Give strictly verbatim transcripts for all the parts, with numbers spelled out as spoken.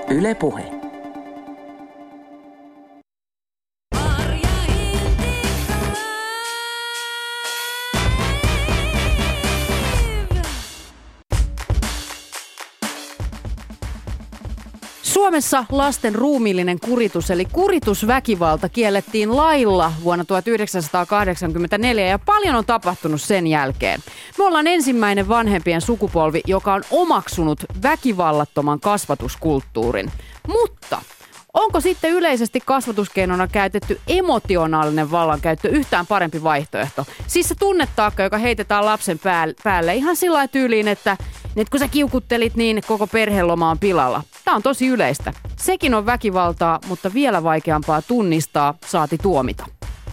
Yle Puhe. Suomessa lasten ruumiillinen kuritus eli kuritusväkivalta kiellettiin lailla vuonna tuhatyhdeksänsataakahdeksankymmentäneljä ja paljon on tapahtunut sen jälkeen. Me ollaan ensimmäinen vanhempien sukupolvi, joka on omaksunut väkivallattoman kasvatuskulttuurin. Mutta onko sitten yleisesti kasvatuskeinona käytetty emotionaalinen vallankäyttö yhtään parempi vaihtoehto? Siis se tunnetaakka, joka heitetään lapsen päälle ihan sillä tyyliin, että nyt kun sä kiukuttelit, niin koko perheloma on pilalla. Tämä on tosi yleistä. Sekin on väkivaltaa, mutta vielä vaikeampaa tunnistaa, saati tuomita.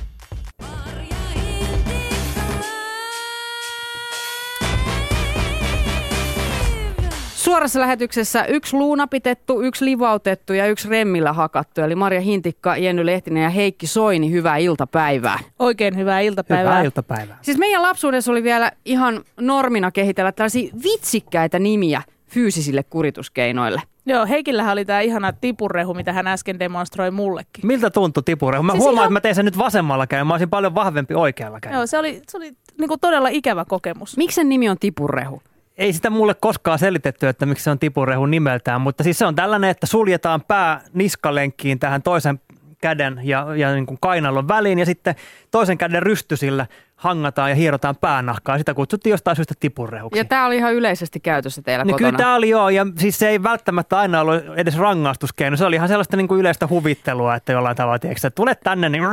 Suorassa lähetyksessä yksi luunapitettu, yksi livautettu ja yksi remmillä hakattu. Eli Marja Hintikka, Jenny Lehtinen ja Heikki Soini, hyvää iltapäivää. Oikein hyvää iltapäivää. Hyvää iltapäivää. Siis meidän lapsuudessa oli vielä ihan normina kehitellä tällaisia vitsikkäitä nimiä fyysisille kurituskeinoille. Joo, Heikillähän oli tämä ihana tipurehu, mitä hän äsken demonstroi mullekin. Miltä tuntui tipurehu? Mä siis huomaan, ihan... että mä tein sen nyt vasemmalla käyn. Mä olisin paljon vahvempi oikealla käyn. Joo, se oli, se oli niinku todella ikävä kokemus. Miksi sen nimi on tipurehu? Ei sitä mulle koskaan selitetty, että miksi se on tipurehu nimeltään, mutta siis se on tällainen, että suljetaan pää niskalenkkiin tähän toisen käden ja, ja niin kuin kainalon väliin ja sitten toisen käden rystysillä hangataan ja hierotaan päänahkaa. Sitä kutsuttiin jostain syystä tipurehuksi. Ja tämä oli ihan yleisesti käytössä teillä no, kotona. Kyllä tämä oli joo, ja siis se ei välttämättä aina ollut edes rangaistuskeino. Se oli ihan sellaista niin kuin yleistä huvittelua, että jollain tavalla, tiedätkö, että tulet tänne, niin...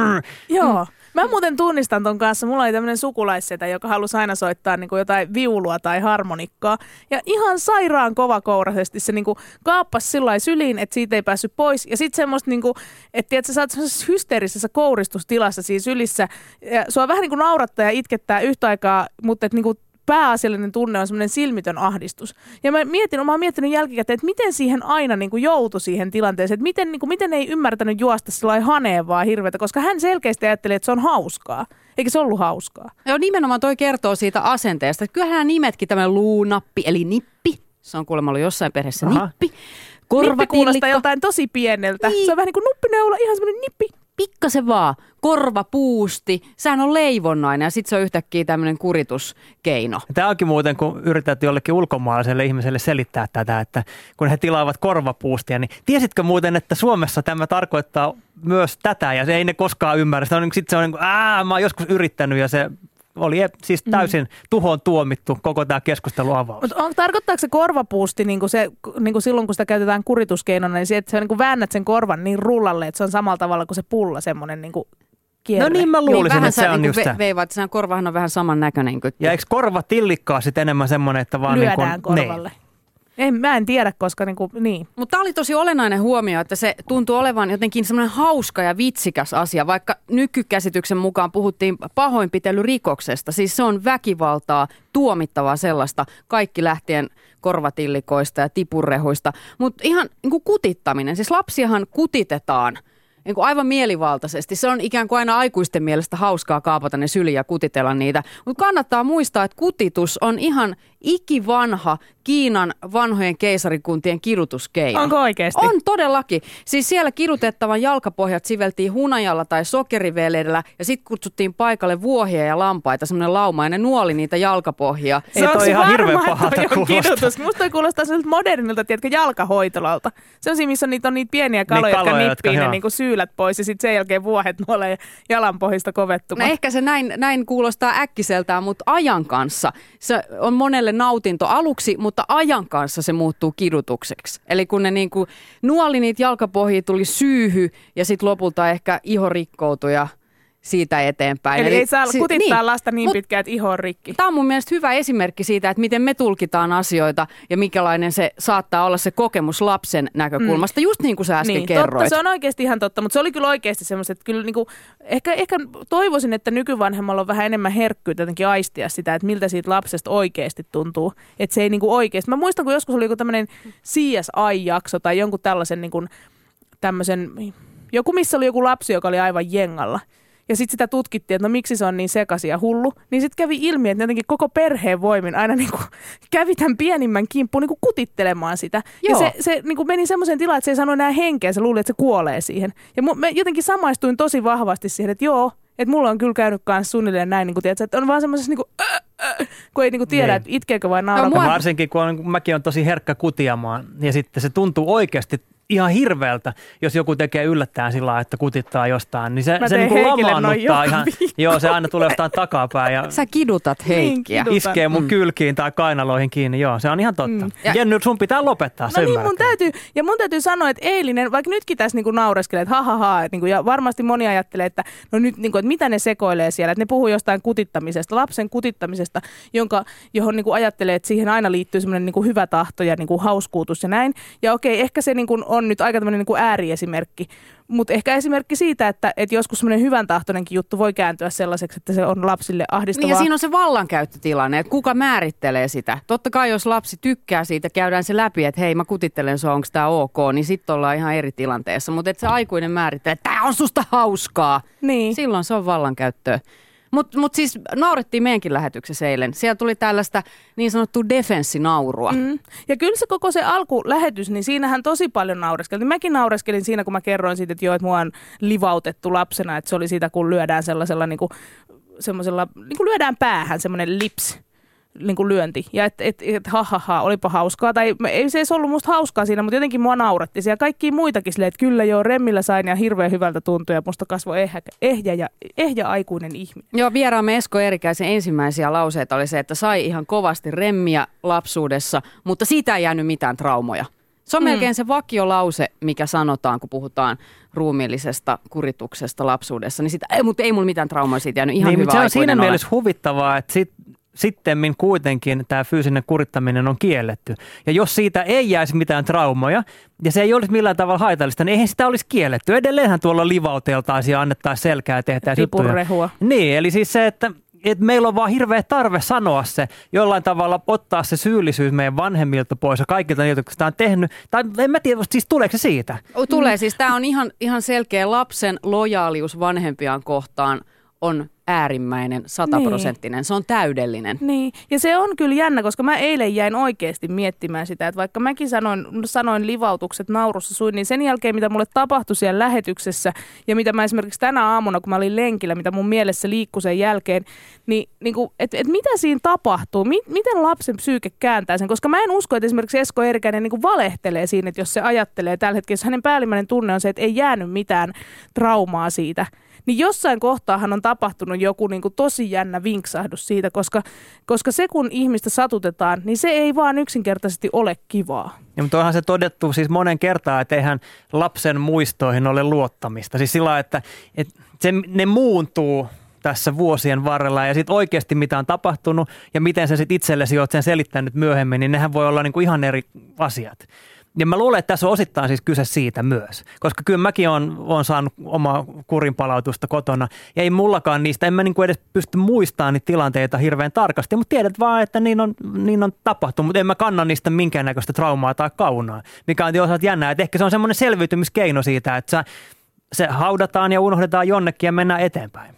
Joo. Mä muuten tunnistan ton kanssa. Mulla oli tämmöinen sukulaissetä, joka halusi aina soittaa niin kuin jotain viulua tai harmonikkaa. Ja ihan sairaan kovakouraisesti se niin kuin kaappasi sillä syliin, että siitä ei päässyt pois. Ja sitten semmoista, niin kuin, että tiedät, sä saat semmoisessa hysteerisessä kouristustilassa siinä sylissä. Ja sua vähän niin kuin naurattaa ja itkettää yhtä aikaa, mutta että niin kuin pääasiallinen tunne on semmoinen silmitön ahdistus. Ja mä mietin, mä oon miettinyt jälkikäteen, että miten siihen aina niin kuin joutui siihen tilanteeseen, että miten, niin kuin, miten ei ymmärtänyt juosta sellainen haneen vaan hirveätä, koska hän selkeästi ajatteli, että se on hauskaa. Eikä se ollut hauskaa. Joo, nimenomaan toi kertoo siitä asenteesta. Kyllähän nämä nimetkin, tämmöinen luunappi, eli nippi, se on kuulemma ollut jossain perheessä Aha. nippi. Nippi kuulostaa jotain tosi pieneltä. Niin. Se on vähän niin kuin nuppineula, ihan semmoinen nippi. Pikkasen vaan. Korvapuusti. Sehän on leivonnainen ja sitten se on yhtäkkiä tämmöinen kurituskeino. Tämä onkin muuten, kun yrität jollekin ulkomaalaiselle ihmiselle selittää tätä, että kun he tilaavat korvapuustia, niin tiesitkö muuten, että Suomessa tämä tarkoittaa myös tätä ja se ei ne koskaan ymmärrä. Sitten se on niin kuin, ää, mä oon joskus yrittänyt ja se... Oli siis täysin mm. tuhoon tuomittu koko tämä keskusteluavaus. Mutta tarkoittaako se korvapuusti niin kuin se, niin kuin silloin, kun sitä käytetään kurituskeinona, niin se, että sä niin kuin väännät sen korvan niin rullalle, että se on samalla tavalla kuin se pulla, semmoinen niin kuin kierre? No niin, mä luulisin, niin, että se on niin just se. Veivaat, että korvahan on vähän saman näköinen kuin... Ja eikö korva tillikkaa sitten enemmän semmoinen, että vaan... lyödään niin kuin, korvalle. Niin. En, mä en tiedä, koska niinku, niin. Mutta tämä oli tosi olennainen huomio, että se tuntuu olevan jotenkin semmoinen hauska ja vitsikäs asia, vaikka nykykäsityksen mukaan puhuttiin pahoinpitelyrikoksesta. Siis se on väkivaltaa, tuomittavaa sellaista, kaikki lähtien korvatillikoista ja tipurehuista. Mutta ihan niin kuin kutittaminen, siis lapsiahan kutitetaan niin kuin aivan mielivaltaisesti. Se on ikään kuin aina aikuisten mielestä hauskaa kaapata ne syliin ja kutitella niitä. Mutta kannattaa muistaa, että kutitus on ihan ikivanha Kiinan vanhojen keisarikuntien kidutuskeino. Onko oikeasti? On todellakin. Siis siellä kidutettavan jalkapohjat siveltiin hunajalla tai sokeriveledellä ja sitten kutsuttiin paikalle vuohia ja lampaita, semmoinen lauma, ja ne nuoli niitä jalkapohjia. Ei toi se ihan varma, hirveän pahalta kuulostaa. Musta toi kuulostaa sellaiselta modernilta, tiedätkö, jalkahoitolalta. Sellaisia, missä on niitä, on niitä pieniä kaloja, niin, kaloja jotka nippii ne niin kuin syylät pois ja sitten sen jälkeen vuohet nuolee jalanpohjista kovettumaan. No ehkä se näin, näin kuulostaa äkkiseltään, mutta ajan kanssa se on monelle nautinto aluksi, mutta ajan kanssa se muuttuu kidutukseksi. Eli kun ne niinku nuoli niitä jalkapohjia, tuli syyhy ja sitten lopulta ehkä iho rikkoutui ja siitä eteenpäin. Eli, Eli ei saa si- kutittaa niin, lasta niin pitkään, että iho on rikki. Tämä on mun mielestä hyvä esimerkki siitä, että miten me tulkitaan asioita ja mikälainen se saattaa olla se kokemus lapsen näkökulmasta, mm. just niin kuin sä äsken niin, kerroit. Totta, se on oikeasti ihan totta, mutta se oli kyllä oikeasti semmoista, että kyllä niinku, ehkä, ehkä toivoisin, että nykyvanhemmalla on vähän enemmän herkkyyttä jotenkin aistia sitä, että miltä siitä lapsesta oikeasti tuntuu. Että se ei niinku oikeasti. Mä muistan, kun joskus oli joku tämmöinen C S I-jakso tai jonkun tällaisen niinku, tämmöisen, joku missä oli joku lapsi, joka oli aivan jengalla. ja sitten sitä tutkittiin, että no miksi se on niin sekaisin ja hullu, niin sitten kävi ilmi, että jotenkin koko perheen voimin aina niin kuin kävi tämän pienimmän kimppuun niin kuin kutittelemaan sitä. Joo. Ja se, se niin kuin meni semmoiseen tilaan, että se ei saanut enää henkeä, se luuli, että se kuolee siihen. Ja mä jotenkin samaistuin tosi vahvasti siihen, että joo, että mulla on kyllä käynyt kanssa suunnilleen näin, niin kuin tiedät, että on vaan semmoisessa niin kuin, äh, äh, kun ei niin kuin tiedä, niin. että itkeekö vai naurata. No, varsinkin kun on, mäkin on tosi herkkä kutiamaan ja sitten se tuntuu oikeasti ihan hirveältä, jos joku tekee yllättäen sillä lailla, että kutittaa jostain, niin se, se niin kuin lamaannuttaa ihan. Joo, se aina tulee jostain takapäin. Ja sä kidutat Heikkiä. Niin, iskee mun mm. kylkiin tai kainaloihin kiinni. Joo, se on ihan totta. Mm. Ja Jenny, sun pitää lopettaa, se no niin, mun täytyy, ja mun täytyy sanoa, että eilinen, vaikka nytkin tässä niinku naureskelee, että ha ha ha, että niinku, ja varmasti moni ajattelee, että no nyt, niinku, että mitä ne sekoilee siellä, että ne puhuu jostain kutittamisesta, lapsen kutittamisesta, jonka, johon niinku ajattelee, että siihen aina liittyy semmoinen niinku hyvä tahto ja niinku hauskuutus ja näin. Ja okei, ehkä se niinku on nyt aika tämmöinen niinku ääriesimerkki, mutta ehkä esimerkki siitä, että, että joskus semmoinen hyvän tahtoinenkin juttu voi kääntyä sellaiseksi, että se on lapsille ahdistavaa. Niin ja siinä on se vallankäyttötilanne, että kuka määrittelee sitä. Totta kai jos lapsi tykkää siitä, käydään se läpi, että hei mä kutittelen sua, onko tämä ok, niin sitten ollaan ihan eri tilanteessa. Mutta että se aikuinen määrittelee, että tämä on susta hauskaa. Niin. Silloin se on vallankäyttöä. Mutta mut siis naurettiin meidänkin lähetyksessä eilen. Siellä tuli tällaista niin sanottua defenssinaurua. Mm. Ja kyllä se koko se alkulähetys, niin siinähän tosi paljon naureskeltiin. Mäkin naureskelin siinä, kun mä kerroin siitä, että joo, että mua on livautettu lapsena. Että se oli siitä, kun lyödään sellaisella, niin kuin, semmoisella, niin kuin lyödään päähän semmoinen lips. Niin kuin lyönti. Ja että et, et, ha, ha, ha, olipa hauskaa. Tai ei se edes ollut musta hauskaa siinä, mutta jotenkin mua nauratti. Ja kaikkia muitakin silleen, että kyllä joo, remmillä sain ja hirveän hyvältä tuntui. Ja musta kasvoi ehjä, ehjä, ja, ehjä aikuinen ihminen. Joo, vieraamme Esko Eerikäisen ensimmäisiä lauseita oli se, että sai ihan kovasti remmiä lapsuudessa, mutta siitä ei jäänyt mitään traumoja. Se on mm. melkein se vakiolause, mikä sanotaan, kun puhutaan ruumiillisesta kurituksesta lapsuudessa. Niin sitä, ei, mutta ei mulla mitään traumaa siitä jäänyt. Ihan niin, hyvä se on siinä ole. Mielessä huvittavaa, että sit sittemmin kuitenkin tämä fyysinen kurittaminen on kielletty. Ja jos siitä ei jäisi mitään traumoja ja se ei olisi millään tavalla haitallista, niin eihän sitä olisi kielletty. Edelleenhän tuolla livauteltaisiin ja annettaisiin selkää ja tehtäisiin juttuja. Rehua. Niin, eli siis se, että, että meillä on vaan hirveä tarve sanoa se, jollain tavalla ottaa se syyllisyys meidän vanhemmilta pois ja kaikilta niiltä, jotka sitä on tehnyt. Tai en mä tiedä, siis tuleeko se siitä? Tulee, siis tämä on ihan, ihan selkeä lapsen lojaalius vanhempiaan kohtaan on äärimmäinen, sataprosenttinen. Niin. Se on täydellinen. Niin, ja se on kyllä jännä, koska mä eilen jäin oikeasti miettimään sitä, että vaikka mäkin sanoin, sanoin livautukset naurussa suin, niin sen jälkeen, mitä mulle tapahtui siellä lähetyksessä, ja mitä mä esimerkiksi tänä aamuna, kun mä olin lenkillä, mitä mun mielessä liikkui sen jälkeen, niin, niin että et mitä siinä tapahtuu? Mi, miten lapsen psyyke kääntää sen? Koska mä en usko, että esimerkiksi Esko Eerikäinen niin valehtelee siinä, että jos se ajattelee tällä hetkellä, jos hänen päällimmäinen tunne on se, että ei jäänyt mitään traumaa siitä, niin jossain kohtaahan on tapahtunut joku niin kuin tosi jännä vinksahdus siitä, koska, koska se kun ihmistä satutetaan, niin se ei vaan yksinkertaisesti ole kivaa. Ja, mutta onhan se todettu siis monen kertaa, että eihän lapsen muistoihin ole luottamista. Siis sillä että, että se, ne muuntuu tässä vuosien varrella ja sitten oikeasti mitä on tapahtunut ja miten sä sitten itsellesi oot sen selittänyt myöhemmin, niin nehän voi olla niin kuin ihan eri asiat. Ja mä luulen, että tässä on osittain siis kyse siitä myös, koska kyllä mäkin olen, olen saanut omaa kurinpalautusta kotona ja ei mullakaan niistä, en mä niin kuin edes pysty muistamaan niitä tilanteita hirveän tarkasti, mutta tiedät vaan, että niin on, niin on tapahtunut, mutta en mä kanna niistä minkäännäköistä traumaa tai kaunaa, mikä on osalta jännää, että ehkä se on semmoinen selviytymiskeino siitä, että se haudataan ja unohdetaan jonnekin ja mennään eteenpäin.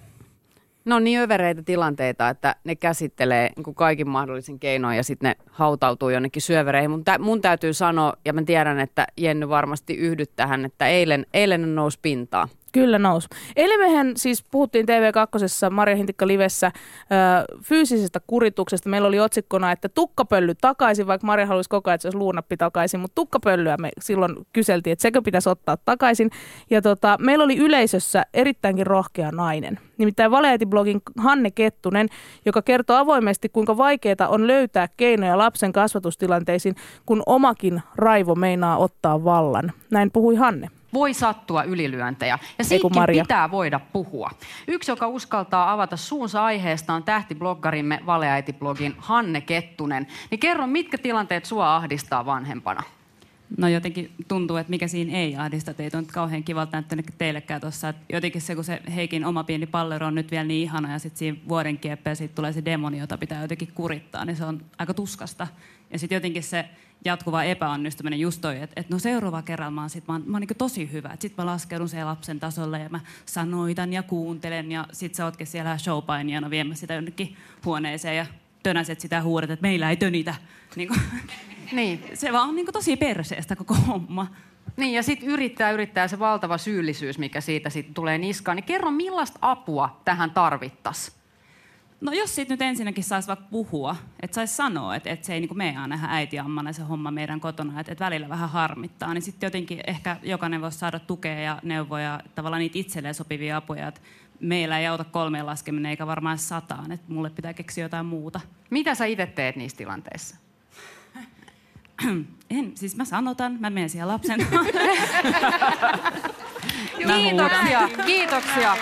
Ne on niin övereitä tilanteita, että ne käsittelee niin kuin kaikin mahdollisin keinoin ja sitten ne hautautuu jonnekin syövereihin. Mun, tä, mun täytyy sanoa, ja mä tiedän, että Jenny varmasti yhdyt tähän, että eilen, eilen nousi pintaa. Kyllä nousi. Eilen mehän siis puhuttiin T V kaksi Marja Hintikka Livessä ö, fyysisestä kurituksesta. Meillä oli otsikkona, että tukkapölly takaisin, vaikka Marja haluaisi koko ajan, että se olisi luunappi takaisin, mutta tukkapöllyä me silloin kyseltiin, että sekö pitäisi ottaa takaisin. Ja tota, meillä oli yleisössä erittäinkin rohkea nainen. Nimittäin Valeäiti-blogin Hanne Kettunen, joka kertoo avoimesti, kuinka vaikeaa on löytää keinoja lapsen kasvatustilanteisiin, kun omakin raivo meinaa ottaa vallan. Näin puhui Hanne. Voi sattua ylilyöntejä ja siitäkin pitää voida puhua. Yksi, joka uskaltaa avata suunsa aiheesta, on tähtibloggarimme Valeäiti-blogin Hanne Kettunen. Niin kerro, mitkä tilanteet sua ahdistaa vanhempana? No jotenkin tuntuu, että mikä siinä ei ahdista teitä. On kauhean kivalta näyttänyt teillekään tuossa. Että jotenkin se, kun se Heikin oma pieni pallero on nyt vielä niin ihana ja sitten siinä vuoden kieppeä siitä tulee se demoni, jota pitää jotenkin kurittaa, niin se on aika tuskasta. Ja sitten jotenkin se jatkuva epäonnistuminen just toi, että, että no seuraava kerralla mä oon, sit, mä oon, mä oon niin tosi hyvä. Sitten mä laskeudun sen lapsen tasolle ja mä sanoitan ja kuuntelen ja sit sä ootkin siellä showpainijana viemässä sitä jonnekin huoneeseen ja tönäset sitä huudet, että meillä ei tönitä. Niin kuin, niin. Se vaan on niin tosi perseestä koko homma. Niin, ja sitten yrittää, yrittää se valtava syyllisyys, mikä siitä sitten tulee niskaan. Niin kerro, millaista apua tähän tarvittaisiin? No jos siitä nyt ensinnäkin saisi vaikka puhua, että saisi sanoa, että, että se ei niin mene aina ihan äitiammana se homma meidän kotona, että, että välillä vähän harmittaa, niin sitten jotenkin ehkä jokainen voisi saada tukea ja neuvoja, tavallaan niitä itselleen sopivia apuja, että meillä ei auta kolmeen laskeminen eikä varmaan sataan, että mulle pitää keksiä jotain muuta. Mitä sä itse teet niissä tilanteissa? En, siis mä sanotan, mä menen siellä lapsen. Kiitoksia, kiitoksia.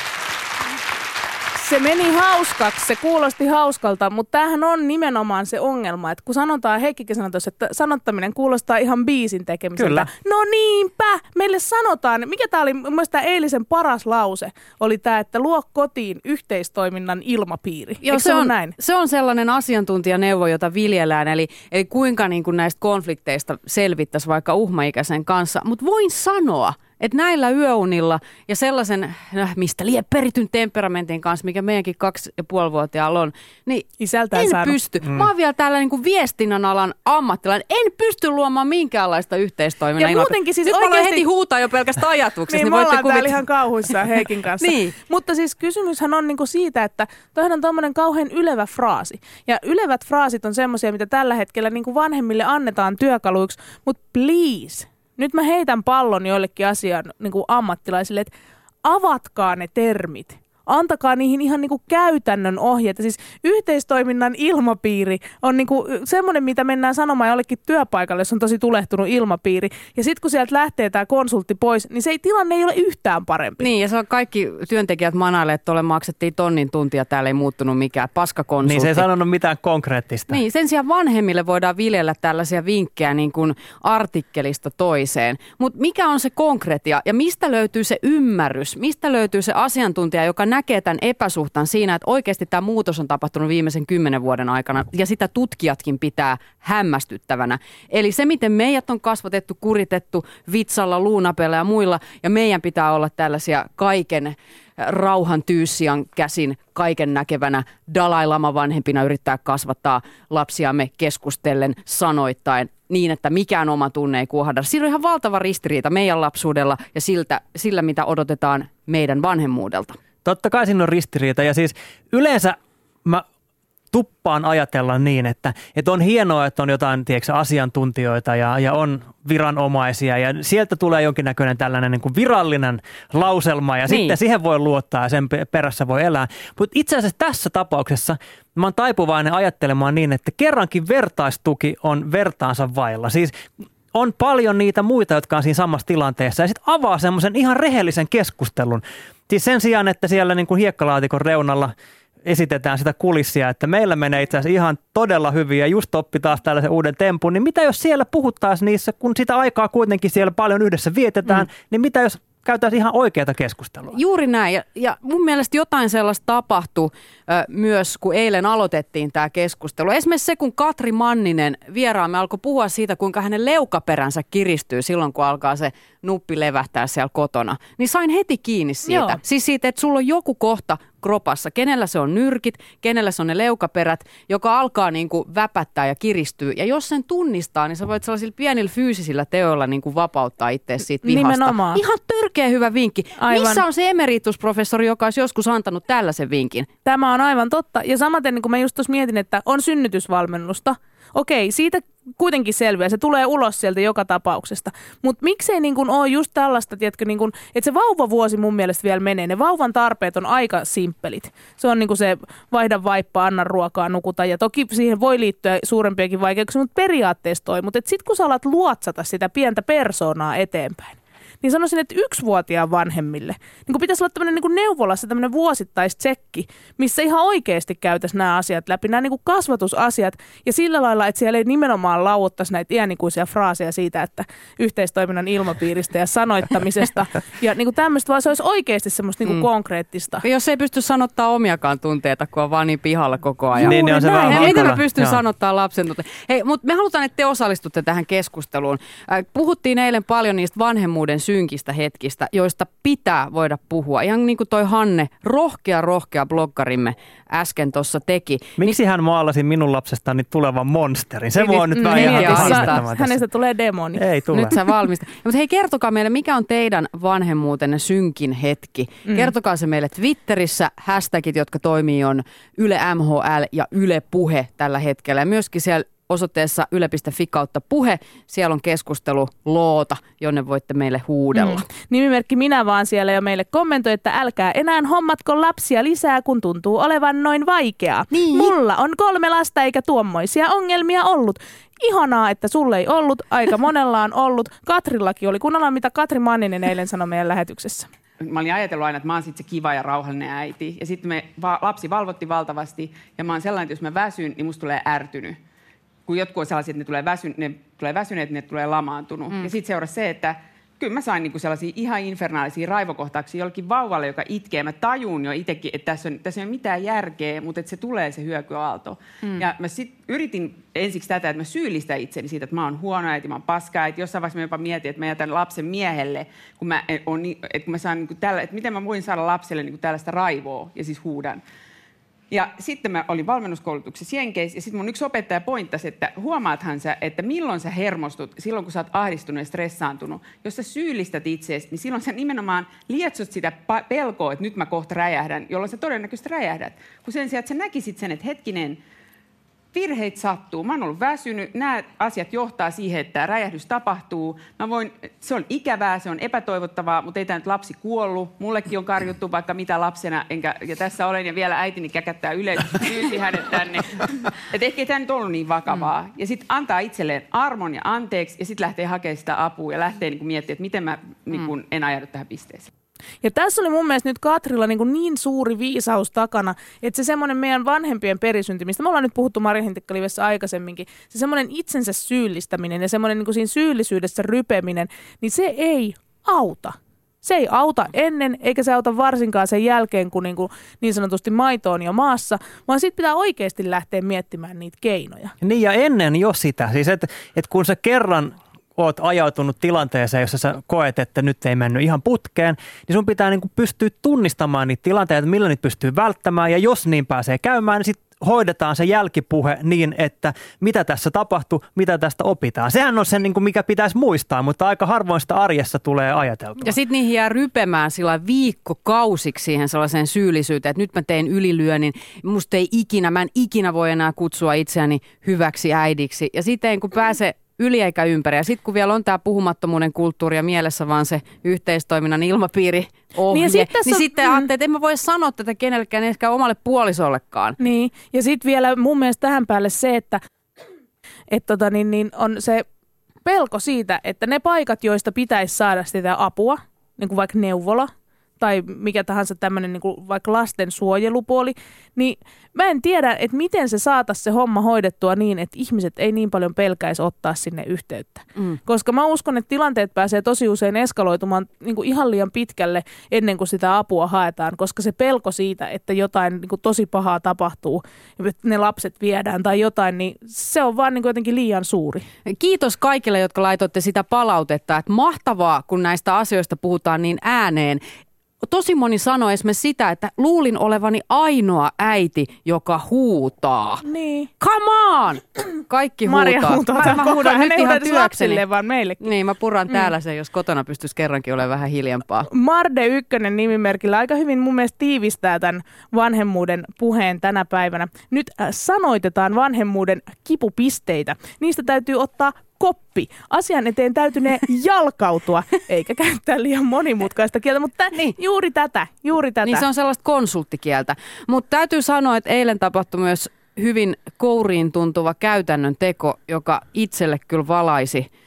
Se meni hauskaksi, se kuulosti hauskalta, mutta tämähän on nimenomaan se ongelma, että kun sanotaan, Heikkikin sanoi tuossa, että sanottaminen kuulostaa ihan biisin tekemiseltä. Kyllä. No niinpä, meille sanotaan, mikä tämä oli, mielestäni eilisen paras lause, oli tämä, että luo kotiin yhteistoiminnan ilmapiiri. Joo, se, se, on, näin? se on sellainen asiantuntijaneuvo, jota viljellään, eli, eli kuinka niin kuin näistä konflikteista selvittäisi vaikka uhmaikäisen kanssa, mutta voin sanoa, että näillä yöunilla ja sellaisen, mistä liian perityn temperamentin kanssa, mikä meidänkin kaksi ja puolivuotiaalla on, niin Isältään en saanut. pysty. Mm. Mä oon vielä täällä niin kuin viestinnän alan ammattilainen. En pysty luomaan minkäänlaista yhteistoimintaa. Ja muutenkin siis nyt oikeasti... mä heti huutaa jo pelkästään ajatuksesta. niin, niin me ollaan kuvit... täällä ihan kauhuissaan Heikin kanssa. niin. Mutta siis kysymyshän on niinku siitä, että toihan on tommoinen kauhean ylevä fraasi. Ja ylevät fraasit on semmoisia, mitä tällä hetkellä niinku vanhemmille annetaan työkaluiksi. Mutta please, nyt mä heitän pallon joillekin asian niinku ammattilaisille, että avatkaa ne termit. Antakaa niihin ihan niinku käytännön ohjeita. Siis yhteistoiminnan ilmapiiri on niinku semmoinen, mitä mennään sanomaan jollekin työpaikalle, jos on tosi tulehtunut ilmapiiri. Ja sitten kun sieltä lähtee tämä konsultti pois, niin se ei, tilanne ei ole yhtään parempi. Niin, ja se on kaikki työntekijät manaille, että tuolle maksettiin tonnin tuntia, täällä ei muuttunut mikään paskakonsultti. Niin, se ei sanonut mitään konkreettista. Niin, sen sijaan vanhemmille voidaan viljellä tällaisia vinkkejä niin kuin artikkelista toiseen. Mutta mikä on se konkretia ja mistä löytyy se ymmärrys? Mistä löytyy se asiantuntija, joka näkee tämän epäsuhtan siinä, että oikeasti tämä muutos on tapahtunut viimeisen kymmenen vuoden aikana ja sitä tutkijatkin pitää hämmästyttävänä. Eli se, miten meidät on kasvatettu, kuritettu vitsalla, luunapeilla ja muilla ja meidän pitää olla tällaisia kaiken rauhan tyyssian käsin kaiken näkevänä Dalai Lama vanhempina yrittää kasvattaa lapsiamme keskustellen, sanoittain niin, että mikään oma tunne ei kuohda. Siinä on ihan valtava ristiriita meidän lapsuudella ja siltä, sillä, mitä odotetaan meidän vanhemmuudelta. Totta kai siinä on ristiriita ja siis yleensä mä tuppaan ajatella niin, että, että on hienoa, että on jotain tiedätkö, asiantuntijoita ja, ja on viranomaisia ja sieltä tulee jonkinnäköinen tällainen niin kuin virallinen lauselma ja niin. Sitten siihen voi luottaa ja sen perässä voi elää. Mutta itse asiassa tässä tapauksessa mä oon taipuvainen ajattelemaan niin, että kerrankin vertaistuki on vertaansa vailla. Siis on paljon niitä muita, jotka on siinä samassa tilanteessa ja sitten avaa semmoisen ihan rehellisen keskustelun. Siis sen sijaan, että siellä niin kuin hiekkalaatikon reunalla esitetään sitä kulissia, että meillä menee itse asiassa ihan todella hyvin ja just oppi taas tällaisen uuden tempun, niin mitä jos siellä puhuttaisiin niissä, kun sitä aikaa kuitenkin siellä paljon yhdessä vietetään, mm. niin mitä jos käytäisiin ihan oikeata keskustelua? Juuri näin ja, ja mun mielestä jotain sellaista tapahtui ö, myös, kun eilen aloitettiin tämä keskustelu. Esimerkiksi se, kun Katri Manninen vieraamme alkoi puhua siitä, kuinka hänen leukaperänsä kiristyy silloin, kun alkaa se nuppi levähtää siellä kotona, niin sain heti kiinni siitä. Joo. Siis siitä, että sulla on joku kohta kropassa, kenellä se on nyrkit, kenellä se on ne leukaperät, joka alkaa niin kuin väpättää ja kiristyy. Ja jos sen tunnistaa, niin sä voit sellaisilla pienillä fyysisillä teoilla niin kuin vapauttaa itseäsi siitä vihasta. Nimenomaan. Ihan törkeä hyvä vinkki. Aivan. Missä on se emeritusprofessori, joka olisi joskus antanut tällaisen vinkin? Tämä on aivan totta. Ja samaten, niin kuin mä just tuossa mietin, että on synnytysvalmennusta. Okei, siitä kuitenkin selviää. Se tulee ulos sieltä joka tapauksesta. Mutta miksei niin kun ole just tällaista, tiedätkö, niin kun, että se vauvavuosi mun mielestä vielä menee. Ne vauvan tarpeet on aika simppelit. Se on niin kun se vaihda vaippaa, anna ruokaa, nukuta. Ja toki siihen voi liittyä suurempiakin vaikeuksia, mutta periaatteessa toi. Mutta sitten kun sä alat luotsata sitä pientä persoonaa eteenpäin, niin sanoisin, että yksivuotiaan vanhemmille niin kun pitäisi olla tämmöinen niin neuvolassa tämmöinen vuosittaistsekki, missä ihan oikeasti käytäisiin nämä asiat läpi, nämä niin kuin kasvatusasiat, ja sillä lailla, että siellä ei nimenomaan lauottaisi näitä iänikuisia fraaseja siitä, että yhteistoiminnan ilmapiiristä ja sanoittamisesta, ja niin kuin tämmöistä, vaan se olisi oikeasti semmoista niin kuin mm. konkreettista. Ja jos ei pysty sanottaa omiakaan tunteita, kun on vaan niin pihalla koko ajan. Niin, niin on se vähän hankala. Miten mä pystyn sanottaa lapsen tunteita? Hei, mutta me halutaan, että te osallistutte tähän keskusteluun. Äh, puhuttiin eilen paljon niistä vanhemmuuden synkistä hetkistä, joista pitää voida puhua. Ihan niin kuin toi Hanne, rohkea, rohkea bloggarimme äsken tuossa teki. Miksi niin, hän maalasi minun lapsestani tulevan monsterin? Se voi nyt vähän ihan harmittamaan. Hänestä tulee demoni. Ei tule. Nyt sä valmista. Mutta hei, kertokaa meille, mikä on teidän vanhemmuutenne synkin hetki. Mm. Kertokaa se meille Twitterissä. Hashtagit, jotka toimii, on Yle M H L ja Yle Puhe tällä hetkellä. Ja myöskin siellä osoitteessa yle piste fi kautta puhe. Siellä on keskustelu loota, jonne voitte meille huudella. Mm. Nimimerkki Minä vaan siellä jo meille kommentoi, että älkää enää hommatko lapsia lisää, kun tuntuu olevan noin vaikeaa. Niin. Mulla on kolme lasta eikä tuommoisia ongelmia ollut. Ihanaa, että sulle ei ollut. Aika monella on ollut. Katrillakin oli. Kuunnellaan, mitä Katri Manninen eilen sanoi meidän lähetyksessä. Mä olin ajatellut aina, että mä oon sitten se kiva ja rauhallinen äiti. Ja sitten me va- lapsi valvotti valtavasti. Ja mä oon sellainen, että jos mä väsyn, niin musta tulee ärtynyt. Kun jotkut on sellaisia, että ne tulee, väsy- ne tulee väsyneet, ne tulee lamaantunut. Mm. Ja sitten seurasi se, että kyllä mä sain niinku sellaisia ihan infernaalisia raivokohtauksia jollekin vauvalle, joka itkee. Mä tajun jo itsekin, että tässä, on, tässä ei ole mitään järkeä, mutta että se tulee se hyökyaalto. Mm. Ja mä sitten yritin ensiksi tätä, että mä syyllistän itseni siitä, että mä oon huono äiti, mä oon paska äiti. Jossain vaiheessa mä jopa mietin, että mä jätän lapsen miehelle, kun mä, on, että mä saan niinku tällä, että miten mä voin saada lapselle niinku tällaista raivoa ja siis huudan. Ja sitten mä olin valmennuskoulutuksessa Jenkeissä, ja sitten mun yksi opettaja pointtasi, että huomaathan sä, että milloin sä hermostut, silloin kun sä oot ahdistunut ja stressaantunut. Jos sä syyllistät itseäsi, niin silloin sä nimenomaan lietsot sitä pelkoa, että nyt mä kohta räjähdän, jolloin sä todennäköisesti räjähdät. Kun sen sijaan, että sä näkisit sen, että hetkinen, virheitä sattuu. Mä oon ollut väsynyt. Nämä asiat johtaa siihen, että räjähdys tapahtuu. Mä voin, se on ikävää, se on epätoivottavaa, mutta ei tämä nyt lapsi kuollut. Mullekin on karjuttu vaikka mitä lapsena, enkä, ja tässä olen, ja vielä äitini käkättää yleisesti, pyysi hänet tänne. Että ehkä ei tämä nyt ollut niin vakavaa. Mm. Ja sitten antaa itselleen armon ja anteeksi, ja sitten lähtee hakemaan sitä apua, ja lähtee niin kuin miettimään, että miten mä niin kuin en ajaudu tähän pisteeseen. Ja tässä oli mun mielestä nyt Katrilla niin, niin suuri viisaus takana, että se semmoinen meidän vanhempien perisynti, mistä me ollaan nyt puhuttu Marja Hintikka-livessä aikaisemminkin, se semmoinen itsensä syyllistäminen ja semmoinen niin kuin siinä syyllisyydessä rypeminen, niin se ei auta. Se ei auta ennen, eikä se auta varsinkaan sen jälkeen, kun niin, kuin niin sanotusti maito on jo maassa, vaan sitten pitää oikeasti lähteä miettimään niitä keinoja. Niin ja ennen jo sitä, siis että et kun sä kerran oot ajautunut tilanteeseen, jossa sä koet, että nyt ei mennyt ihan putkeen, niin sun pitää niin kuin pystyä tunnistamaan niitä tilanteita, millä niitä pystyy välttämään, ja jos niin pääsee käymään, niin sitten hoidetaan se jälkipuhe niin, että mitä tässä tapahtuu, mitä tästä opitaan. Sehän on se, niin kuin mikä pitäisi muistaa, mutta aika harvoin sitä arjessa tulee ajateltua. Ja sitten niihin jää rypemään sillä viikkokausiksi siihen sellaiseen syyllisyyteen, että nyt mä tein ylilyönnin, musta ei ikinä, mä en ikinä voi enää kutsua itseäni hyväksi äidiksi. Ja sitten kun pääsee yli eikä ympäri. Ja sitten kun vielä on tämä puhumattomuuden kulttuuri ja mielessä vaan se yhteistoiminnan ilmapiiri ohje, niin, sit niin on, sitten mm. ajattelee, että en mä voi sanoa tätä kenellekään, ehkä omalle puolisollekaan. Niin, ja sitten vielä mun mielestä tähän päälle se, että et tota, niin, niin on se pelko siitä, että ne paikat, joista pitäisi saada sitä apua, niin kuin vaikka neuvola, tai mikä tahansa tämmöinen niin kuin vaikka lasten suojelupuoli, niin mä en tiedä, että miten se saataisiin se homma hoidettua niin, että ihmiset ei niin paljon pelkäisi ottaa sinne yhteyttä. Mm. Koska mä uskon, että tilanteet pääsee tosi usein eskaloitumaan niin kuin ihan liian pitkälle ennen kuin sitä apua haetaan, koska se pelko siitä, että jotain niin kuin tosi pahaa tapahtuu, että ne lapset viedään tai jotain, niin se on vaan niin kuin jotenkin liian suuri. Kiitos kaikille, jotka laitoitte sitä palautetta, että mahtavaa, kun näistä asioista puhutaan niin ääneen. Tosi moni sanoi esimerkiksi sitä, että luulin olevani ainoa äiti, joka huutaa. Niin. Come on! Kaikki huutaa. Maria huutaa. Mä, mä huudan nyt ihan työkseni. Vaan meillekin. Niin, mä puran mm. täällä sen, jos kotona pystyisi kerrankin olemaan vähän hiljempaa. Marde Ykkönen nimimerkillä aika hyvin mun mielestä tiivistää tämän vanhemmuuden puheen tänä päivänä. Nyt äh, sanoitetaan vanhemmuuden kipupisteitä. Niistä täytyy ottaa koppi. Asian eteen täytynee jalkautua, eikä käyttää liian monimutkaista kieltä, mutta niin. juuri tätä, juuri tätä. Niin se on sellaista konsulttikieltä. Mutta täytyy sanoa, että eilen tapahtui myös hyvin kouriin tuntuva käytännön teko, joka itselle kyllä valaisi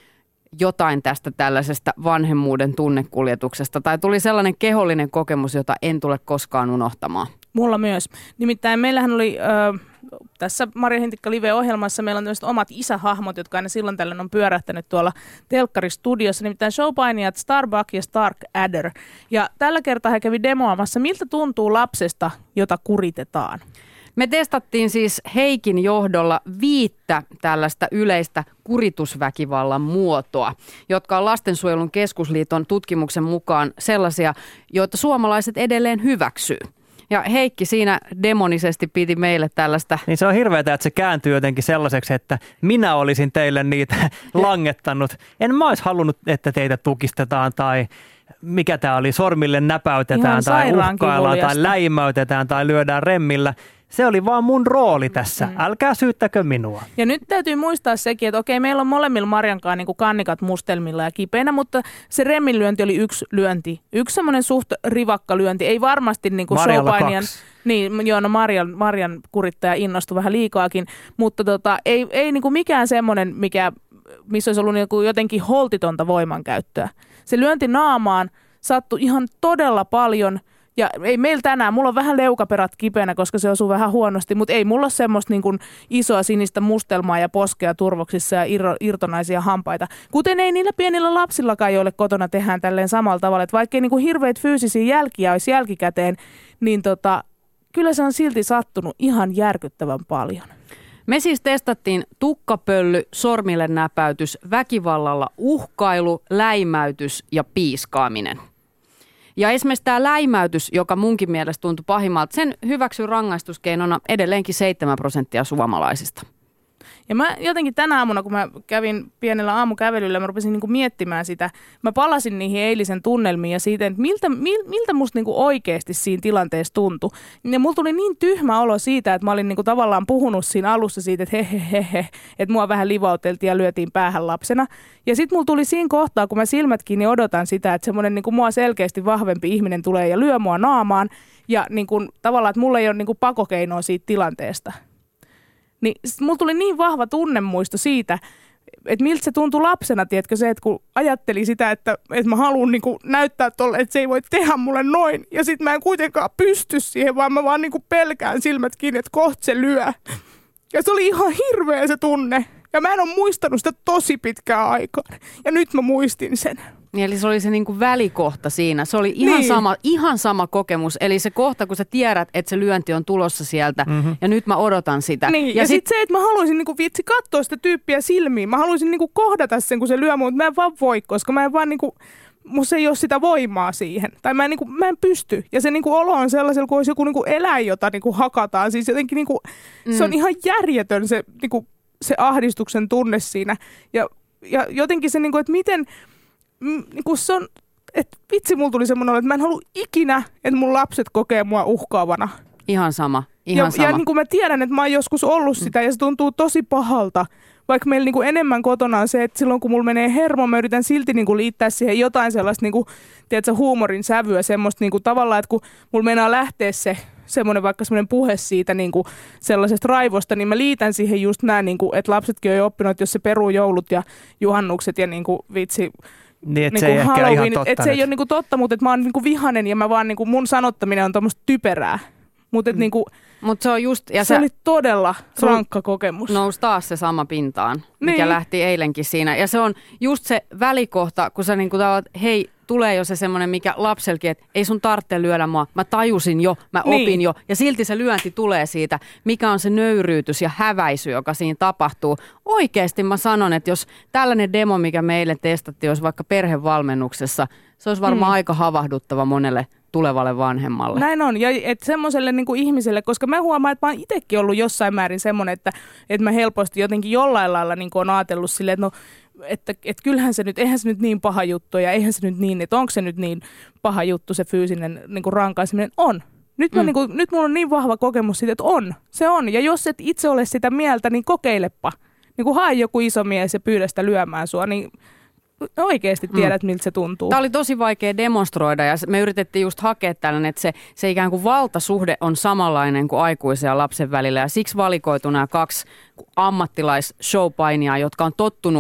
jotain tästä tällaisesta vanhemmuuden tunnekuljetuksesta. Tai tuli sellainen kehollinen kokemus, jota en tule koskaan unohtamaan. Mulla myös. Nimittäin meillähän oli ö, tässä Marja Hintikka Live-ohjelmassa meillä on tämmöiset omat isähahmot, jotka aina silloin tällöin on pyörähtänyt tuolla telkkaristudiossa. Nimittäin showpainijat Starbuck ja Stark Adder. Ja tällä kertaa he kävi demoamassa, miltä tuntuu lapsesta, jota kuritetaan. Me testattiin siis Heikin johdolla viittä tällaista yleistä kuritusväkivallan muotoa, jotka on Lastensuojelun keskusliiton tutkimuksen mukaan sellaisia, joita suomalaiset edelleen hyväksyy. Ja Heikki siinä demonisesti piti meille tällaista. Niin se on hirveätä, että se kääntyy jotenkin sellaiseksi, että minä olisin teille niitä langettanut. En mä olisi halunnut, että teitä tukistetaan tai mikä tämä oli, sormille näpäytetään tai uhkaillaan tai läimäytetään tai lyödään remmillä. Se oli vaan mun rooli tässä. Mm. Älkää syyttäkö minua. Ja nyt täytyy muistaa sekin, että okei, meillä on molemmilla Marjankaan niin kuin kannikat mustelmilla ja kipeänä, mutta se remminlyönti oli yksi lyönti. Yksi semmoinen suht rivakka lyönti. Ei varmasti niin kuin showpainijan. Niin, joo, no Marjan, Marjan kurittaja innostui vähän liikaakin, mutta tota, ei, ei niin kuin mikään semmoinen, mikä, missä olisi ollut niin kuin jotenkin holtitonta voimankäyttöä. Se lyönti naamaan sattui ihan todella paljon. Ja ei meillä tänään, mulla on vähän leukaperät kipeänä, koska se osuu vähän huonosti, mutta ei mulla ole semmoista niin kuin isoa sinistä mustelmaa ja poskea turvoksissa ja ir- irtonaisia hampaita. Kuten ei niillä pienillä lapsillakaan, joille kotona tehdään tälleen samalla tavalla, että vaikka ei niin kuin hirveitä fyysisiä jälkiä olisi jälkikäteen, niin tota, kyllä se on silti sattunut ihan järkyttävän paljon. Me siis testattiin tukkapölly, sormille näpäytys, väkivallalla uhkailu, läimäytys ja piiskaaminen. Ja esimerkiksi tämä läimäytys, joka munkin mielestä tuntui pahimmalta, sen hyväksyy rangaistuskeinona edelleenkin seitsemän prosenttia suomalaisista. Ja mä jotenkin tänä aamuna, kun mä kävin pienellä aamukävelyllä, mä rupesin niinku miettimään sitä. Mä palasin niihin eilisen tunnelmiin ja siitä, että miltä, mil, miltä musta niinku oikeasti siinä tilanteessa tuntui. Ja mulla tuli niin tyhmä olo siitä, että mä olin niinku tavallaan puhunut siinä alussa siitä, että hehehehe, että mua vähän livauteltiin ja lyötiin päähän lapsena. Ja sit mulla tuli siinä kohtaa, kun mä silmät kiinni odotan sitä, että semmoinen niinku mua selkeästi vahvempi ihminen tulee ja lyö mua naamaan. Ja niinku, tavallaan, että mulla ei ole niinku pakokeinoa siitä tilanteesta. Niin mulla tuli niin vahva tunnemuisto siitä, että miltä se tuntui lapsena, tiedätkö se, että kun ajatteli sitä, että, että mä haluan niin kuin näyttää tolle, että se ei voi tehdä mulle noin. Ja sit mä en kuitenkaan pysty siihen, vaan mä vaan niin kuin pelkään silmät kiinni, että kohta se lyö. Ja se oli ihan hirveä se tunne. Ja mä en ole muistanut sitä tosi pitkään aikaa. Ja nyt mä muistin sen. Eli se oli se niinku välikohta siinä. Se oli ihan, niin. sama, ihan sama kokemus. Eli se kohta, kun sä tiedät, että se lyönti on tulossa sieltä mm-hmm. ja nyt mä odotan sitä. Niin. Ja, ja sitten sit se, että mä haluaisin niinku vitsi katsoa sitä tyyppiä silmiin. Mä haluaisin niinku kohdata sen, kun se lyö, mutta mä en vaan voi, koska mä en vaan niinku, musta ei ole sitä voimaa siihen. Tai mä en, niinku, mä en pysty. Ja se niinku olo on sellaisella, kun olisi joku niinku eläin, jota niinku hakataan. Siis jotenkin niinku, mm. se on ihan järjetön se, niinku, se ahdistuksen tunne siinä. Ja, ja jotenkin se, niinku, että miten... Niin se on, että vitsi, mulla tuli semmoinen, että mä en halua ikinä, että mun lapset kokee mua uhkaavana. Ihan sama, ihan ja, sama. Ja niin kuin mä tiedän, että mä oon joskus ollut sitä ja se tuntuu tosi pahalta. Vaikka meillä niin kuin enemmän kotona on se, että silloin kun mulla menee hermo, mä yritän silti niin kuin liittää siihen jotain sellaista niin kuin, tiedätkö, huumorin sävyä, semmoista niin kuin tavallaan, että kun mulla meinaa lähteä se semmoinen vaikka semmoinen puhe siitä niin kuin sellaisesta raivosta, niin mä liitän siihen just nämä, niin kuin, että lapsetkin on jo oppinut, että jos se peruu joulut ja juhannukset ja niin kuin vitsi... Niin, että niin se ei ehkä ole ihan totta. Että se ei ole niinku totta, mutta että mä oon niinku vihanen ja mä vaan niinku mun sanottaminen on tommoista typerää. Mutta mm. niinku, Mut se on just... Ja se sä, oli todella rankka kokemus. Nousi taas se sama pintaan, mikä niin. lähti eilenkin siinä. Ja se on just se välikohta, kun sä niinku tavallaan, hei, tulee jo se semmoinen, mikä lapselkin, että ei sun tarvitse lyödä mua. Mä tajusin jo, mä opin niin. jo. Ja silti se lyönti tulee siitä, mikä on se nöyryytys ja häväisy, joka siinä tapahtuu. Oikeasti mä sanon, että jos tällainen demo, mikä meille testattiin, olisi vaikka perhevalmennuksessa, se olisi varmaan mm. aika havahduttava monelle tulevalle vanhemmalle. Näin on. Ja että semmoiselle niin kuin ihmiselle, koska mä huomaan, että mä oon itsekin ollut jossain määrin semmoinen, että, että mä helposti jotenkin jollain lailla niin kuin on ajatellut silleen, että no, että, että kyllähän se nyt, eihän se nyt niin paha juttu ja eihän se nyt niin, että onko se nyt niin paha juttu se fyysinen niin kuin rankaiseminen. On. Nyt, mä, mm. niin kuin, nyt mulla on niin vahva kokemus siitä, että on. Se on. Ja jos et itse ole sitä mieltä, niin kokeilepa. Niin kuin hae joku iso mies ja pyydä sitä lyömään sua, niin oikeasti tiedät, mm. miltä se tuntuu. Tämä oli tosi vaikea demonstroida ja me yritettiin just hakea tällainen, että se, se ikään kuin valtasuhde on samanlainen kuin aikuisen ja lapsen välillä ja siksi valikoitu nämä kaksi ammattilais-showpainia, jotka on tottunut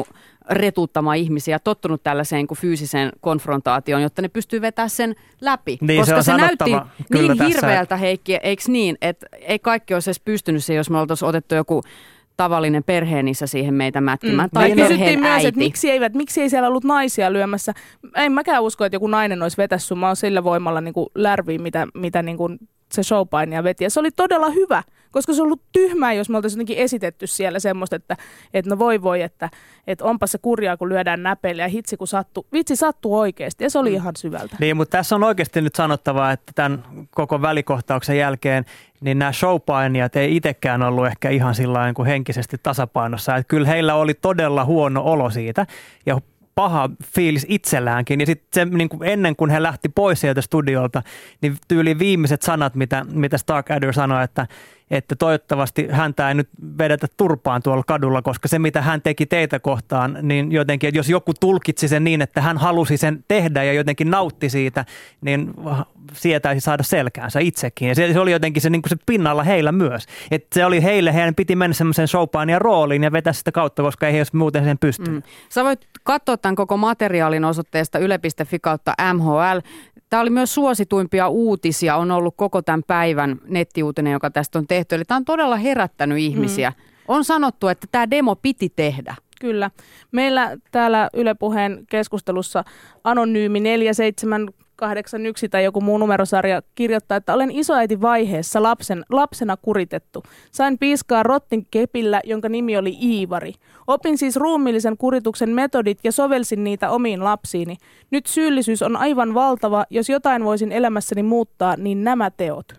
retuuttamaan ihmisiä, tottunut tällaiseen kuin fyysiseen konfrontaatioon, jotta ne pystyy vetämään sen läpi. Niin, koska se, se näytti niin tässä. hirveältä, Heikki, eikö niin, että ei kaikki olisi edes pystynyt se, jos me oltaisiin otettu joku tavallinen perheenissä siihen meitä mätkimään. Mm. Tai niin, perheen kysyttiin äiti. myös, että miksi, eivät, miksi ei siellä ollut naisia lyömässä. En mäkään usko, että joku nainen olisi vetässyt. Mä oon sillä voimalla niin kuin lärviin, mitä, mitä niin kuin se showpainija veti. Ja se oli todella hyvä, koska se on ollut tyhmää, jos me oltaisiin jotenkin esitetty siellä semmoista, että, että no voi voi, että, että onpa se kurjaa, kun lyödään näpeille ja hitsi, kun sattuu. Vitsi sattuu oikeasti ja se oli mm. ihan syvältä. Niin, mutta tässä on oikeasti nyt sanottava, että tämän koko välikohtauksen jälkeen niin nämä showpainijat ei itsekään ollut ehkä ihan sillain kuin henkisesti tasapainossa. Että kyllä heillä oli todella huono olo siitä ja paha fiilis itselläänkin. Ja sitten niin kuin ennen kuin he lähti pois sieltä studiolta, niin tyyli viimeiset sanat, mitä, mitä Starkadder sanoi, että, että toivottavasti häntä ei nyt vedetä turpaan tuolla kadulla, koska se, mitä hän teki teitä kohtaan, niin jotenkin, että jos joku tulkitsi sen niin, että hän halusi sen tehdä ja jotenkin nautti siitä, niin sietäisi saada selkäänsä itsekin. Ja se, se oli jotenkin se, niin kuin se pinnalla heillä myös. Että se oli heille, heidän piti mennä semmoisen showpainijan rooliin ja vetää sitä kautta, koska ei he olisi muuten sen pystynyt. Mm. Sä voit katsoa tämän koko materiaalin osoitteesta yle piste fi kautta M H L. Tämä oli myös suosituimpia uutisia, on ollut koko tämän päivän nettiuutinen, joka tästä on tehty. Eli tämä on todella herättänyt ihmisiä. Mm. On sanottu, että tämä demo piti tehdä. Kyllä. Meillä täällä Yle Puheen keskustelussa anonyymi neljä seitsemän kahdeksan yksi tai joku muu numerosarja kirjoittaa, että olen isoäiti vaiheessa lapsen, lapsena kuritettu. Sain piiskaa rottin kepillä, jonka nimi oli Iivari. Opin siis ruumiillisen kurituksen metodit ja sovelsin niitä omiin lapsiini. Nyt syyllisyys on aivan valtava. Jos jotain voisin elämässäni muuttaa, niin nämä teot.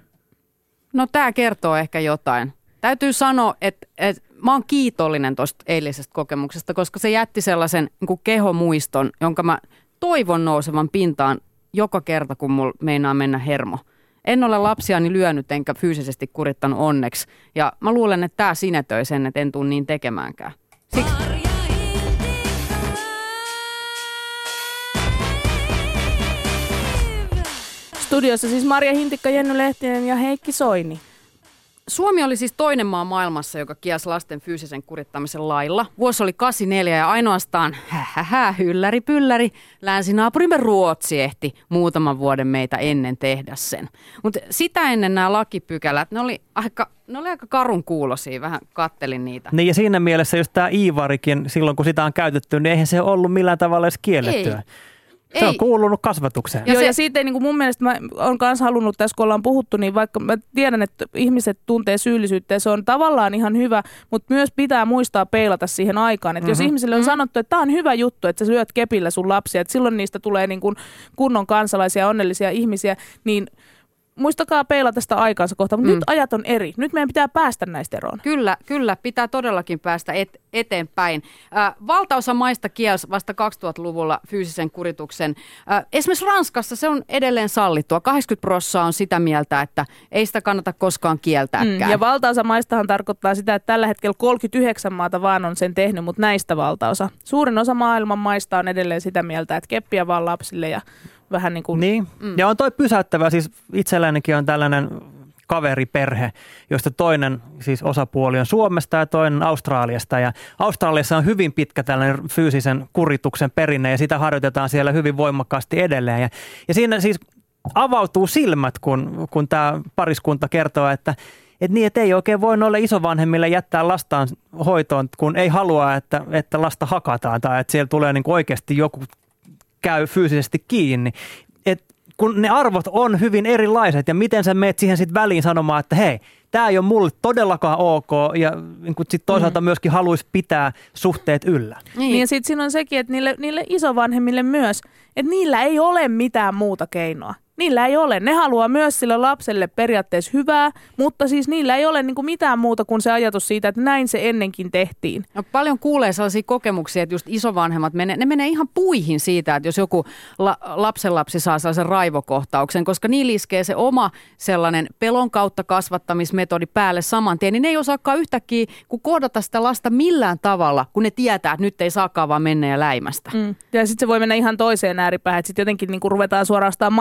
No tämä kertoo ehkä jotain. Täytyy sanoa, että, että mä oon kiitollinen tuosta eilisestä kokemuksesta, koska se jätti sellaisen niin kuin kehomuiston, jonka mä toivon nousevan pintaan joka kerta, kun mulla meinaa mennä hermo. En ole lapsiani lyönyt enkä fyysisesti kurittanut onneksi. Ja mä luulen, että tää sinetöi sen, että en tule niin tekemäänkään. Siksi... Studiossa siis Marja Hintikka, Jenny Lehtinen ja Heikki Soini. Suomi oli siis toinen maa maailmassa, joka kielsi lasten fyysisen kurittamisen lailla. Vuosi oli kahdeksankymmentäneljä ja ainoastaan hähähä, hylläri pylläri, länsinaapurimme Ruotsi ehti muutaman vuoden meitä ennen tehdä sen. Mutta sitä ennen nämä lakipykälät, ne oli aika, ne oli aika karun kuulosia, vähän kattelin niitä. Niin ja siinä mielessä just tämä Iivarikin, silloin kun sitä on käytetty, niin eihän se ollut millään tavalla edes kiellettyä. Ei. Se on kuulunut kasvatukseen. Joo, ja, se... ja siitä ei, niin kuin mun mielestä mä oon myös halunnut tässä, kun ollaan puhuttu, niin vaikka mä tiedän, että ihmiset tuntee syyllisyyttä ja se on tavallaan ihan hyvä, mutta myös pitää muistaa peilata siihen aikaan. Että mm-hmm. jos ihmisille on sanottu, että tämä on hyvä juttu, että sä lyöt kepillä sun lapsia, että silloin niistä tulee niin kuin kunnon kansalaisia, onnellisia ihmisiä, niin muistakaa peilata sitä aikaansa kohta, mutta mm. nyt ajat on eri. Nyt meidän pitää päästä näistä eroon. Kyllä, kyllä. Pitää todellakin päästä et, eteenpäin. Äh, valtaosa maista kielsi vasta kaksituhattaluvulla fyysisen kurituksen. Äh, esimerkiksi Ranskassa se on edelleen sallittua. kahdeksankymmentä prosenttia on sitä mieltä, että ei sitä kannata koskaan kieltääkään. Mm, ja valtaosa maistahan tarkoittaa sitä, että tällä hetkellä kolmekymmentäyhdeksän maata vaan on sen tehnyt, mutta näistä valtaosa. Suurin osa maailman maista on edelleen sitä mieltä, että keppiä vaan lapsille ja vähän niin kuin... Niin, mm. ja on toi pysäyttävä. Siis itsellänikin on tällainen kaveriperhe, josta toinen siis osapuoli on Suomesta ja toinen Australiasta. Ja Australiassa on hyvin pitkä tällainen fyysisen kurituksen perinne ja sitä harjoitetaan siellä hyvin voimakkaasti edelleen. Ja, ja siinä siis avautuu silmät, kun, kun tämä pariskunta kertoo, että et niin, että ei oikein voi noille isovanhemmille jättää lastaan hoitoon, kun ei halua, että, että lasta hakataan tai että siellä tulee niin kuin oikeasti joku käy fyysisesti kiinni. Et kun ne arvot on hyvin erilaiset ja miten sä meet siihen sitten väliin sanomaan, että hei, tämä ei ole mulle todellakaan ok ja niin sitten toisaalta mm. myöskin haluaisi pitää suhteet yllä. Niin, niin ja sitten siinä on sekin, että niille, niille isovanhemmille myös, että niillä ei ole mitään muuta keinoa. Niillä ei ole. Ne haluaa myös sille lapselle periaatteessa hyvää, mutta siis niillä ei ole niinku mitään muuta kuin se ajatus siitä, että näin se ennenkin tehtiin. No, paljon kuulee sellaisia kokemuksia, että just isovanhemmat menee, ne menee ihan puihin siitä, että jos joku la, lapsenlapsi saa sellaisen raivokohtauksen, koska niin iskee se oma sellainen pelon kautta kasvattamismetodi päälle saman tien, niin ne ei osaakaan yhtäkkiä kun kohdata sitä lasta millään tavalla, kun ne tietää, että nyt ei saakaan vaan mennä ja läimästä. Mm. Ja sitten se voi mennä ihan toiseen ääripäähän, että sitten jotenkin niinku ruvetaan suorastaan matelleen se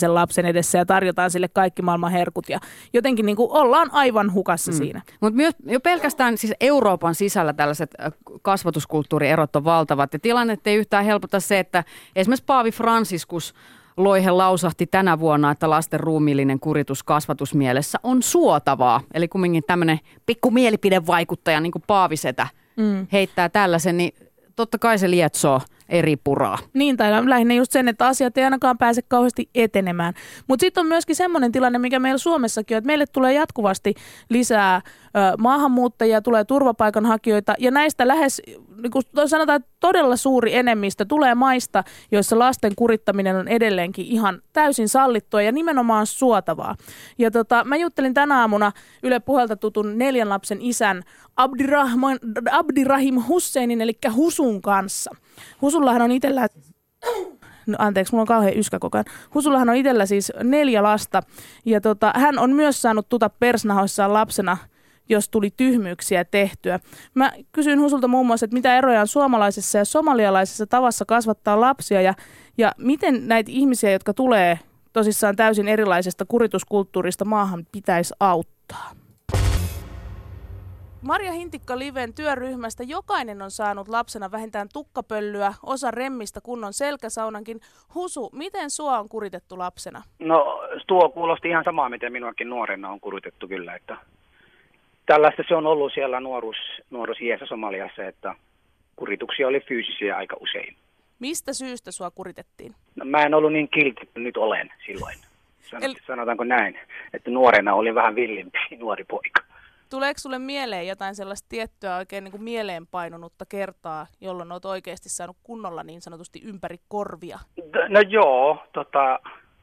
sen lapsen edessä ja tarjotaan sille kaikki maailman herkut ja jotenkin niin kuin ollaan aivan hukassa mm. siinä. Mutta myös jo pelkästään siis Euroopan sisällä tällaiset kasvatuskulttuurierot on valtavat ja tilannetta ei yhtään helpota se, että esimerkiksi Paavi Franciscus Loihe lausahti tänä vuonna, että lasten ruumiillinen kuritus kasvatusmielessä on suotavaa. Eli kumminkin tämmöinen pikku mielipidevaikuttaja, niin kuin Paavisetä, mm. heittää tällaisen, niin totta kai se lietsoo eri puraa. Niin, tai lähinnä just sen, että asiat ei ainakaan pääse kauheasti etenemään. Mutta sitten on myöskin semmoinen tilanne, mikä meillä Suomessakin on, että meille tulee jatkuvasti lisää ö, maahanmuuttajia, tulee turvapaikanhakijoita, ja näistä lähes, niin kuin sanotaan, että todella suuri enemmistö tulee maista, joissa lasten kurittaminen on edelleenkin ihan täysin sallittua ja nimenomaan suotavaa. Ja tota, mä juttelin tänä aamuna Yle Puhelta tutun neljän lapsen isän Abdirahman, Abdirahim Husseinin, eli Husun kanssa. Husullahan on itsellä, no anteeksi, mulla on kauhean yskä koko ajan. Husullahan on itsellä siis neljä lasta ja tota, hän on myös saanut tuta persnahoissaan lapsena, jos tuli tyhmyyksiä tehtyä. Mä kysyin Husulta muun muassa, että mitä eroja on suomalaisessa ja somalialaisessa tavassa kasvattaa lapsia ja, ja miten näitä ihmisiä, jotka tulee tosissaan täysin erilaisesta kurituskulttuurista maahan, pitäisi auttaa. Marja Hintikka Liven työryhmästä jokainen on saanut lapsena vähintään tukkapöllyä, osa remmistä kunnon selkäsaunankin. Husu, miten sua on kuritettu lapsena? No tuo kuulosti ihan samaa, miten minuakin nuorena on kuritettu kyllä. Että tällaista se on ollut siellä nuoruus, nuoruusiässä Somaliassa, että kurituksia oli fyysisiä aika usein. Mistä syystä sua kuritettiin? No, mä en ollut niin kiltti kuin nyt olen silloin. Sanot, sanotaanko näin, että nuorena olin vähän villimpi nuori poika. Tuleeko sulle mieleen jotain sellaista tiettyä oikein niin kuin mieleenpainunutta kertaa, jolloin olet oikeasti saanut kunnolla niin sanotusti ympäri korvia? No joo, tota,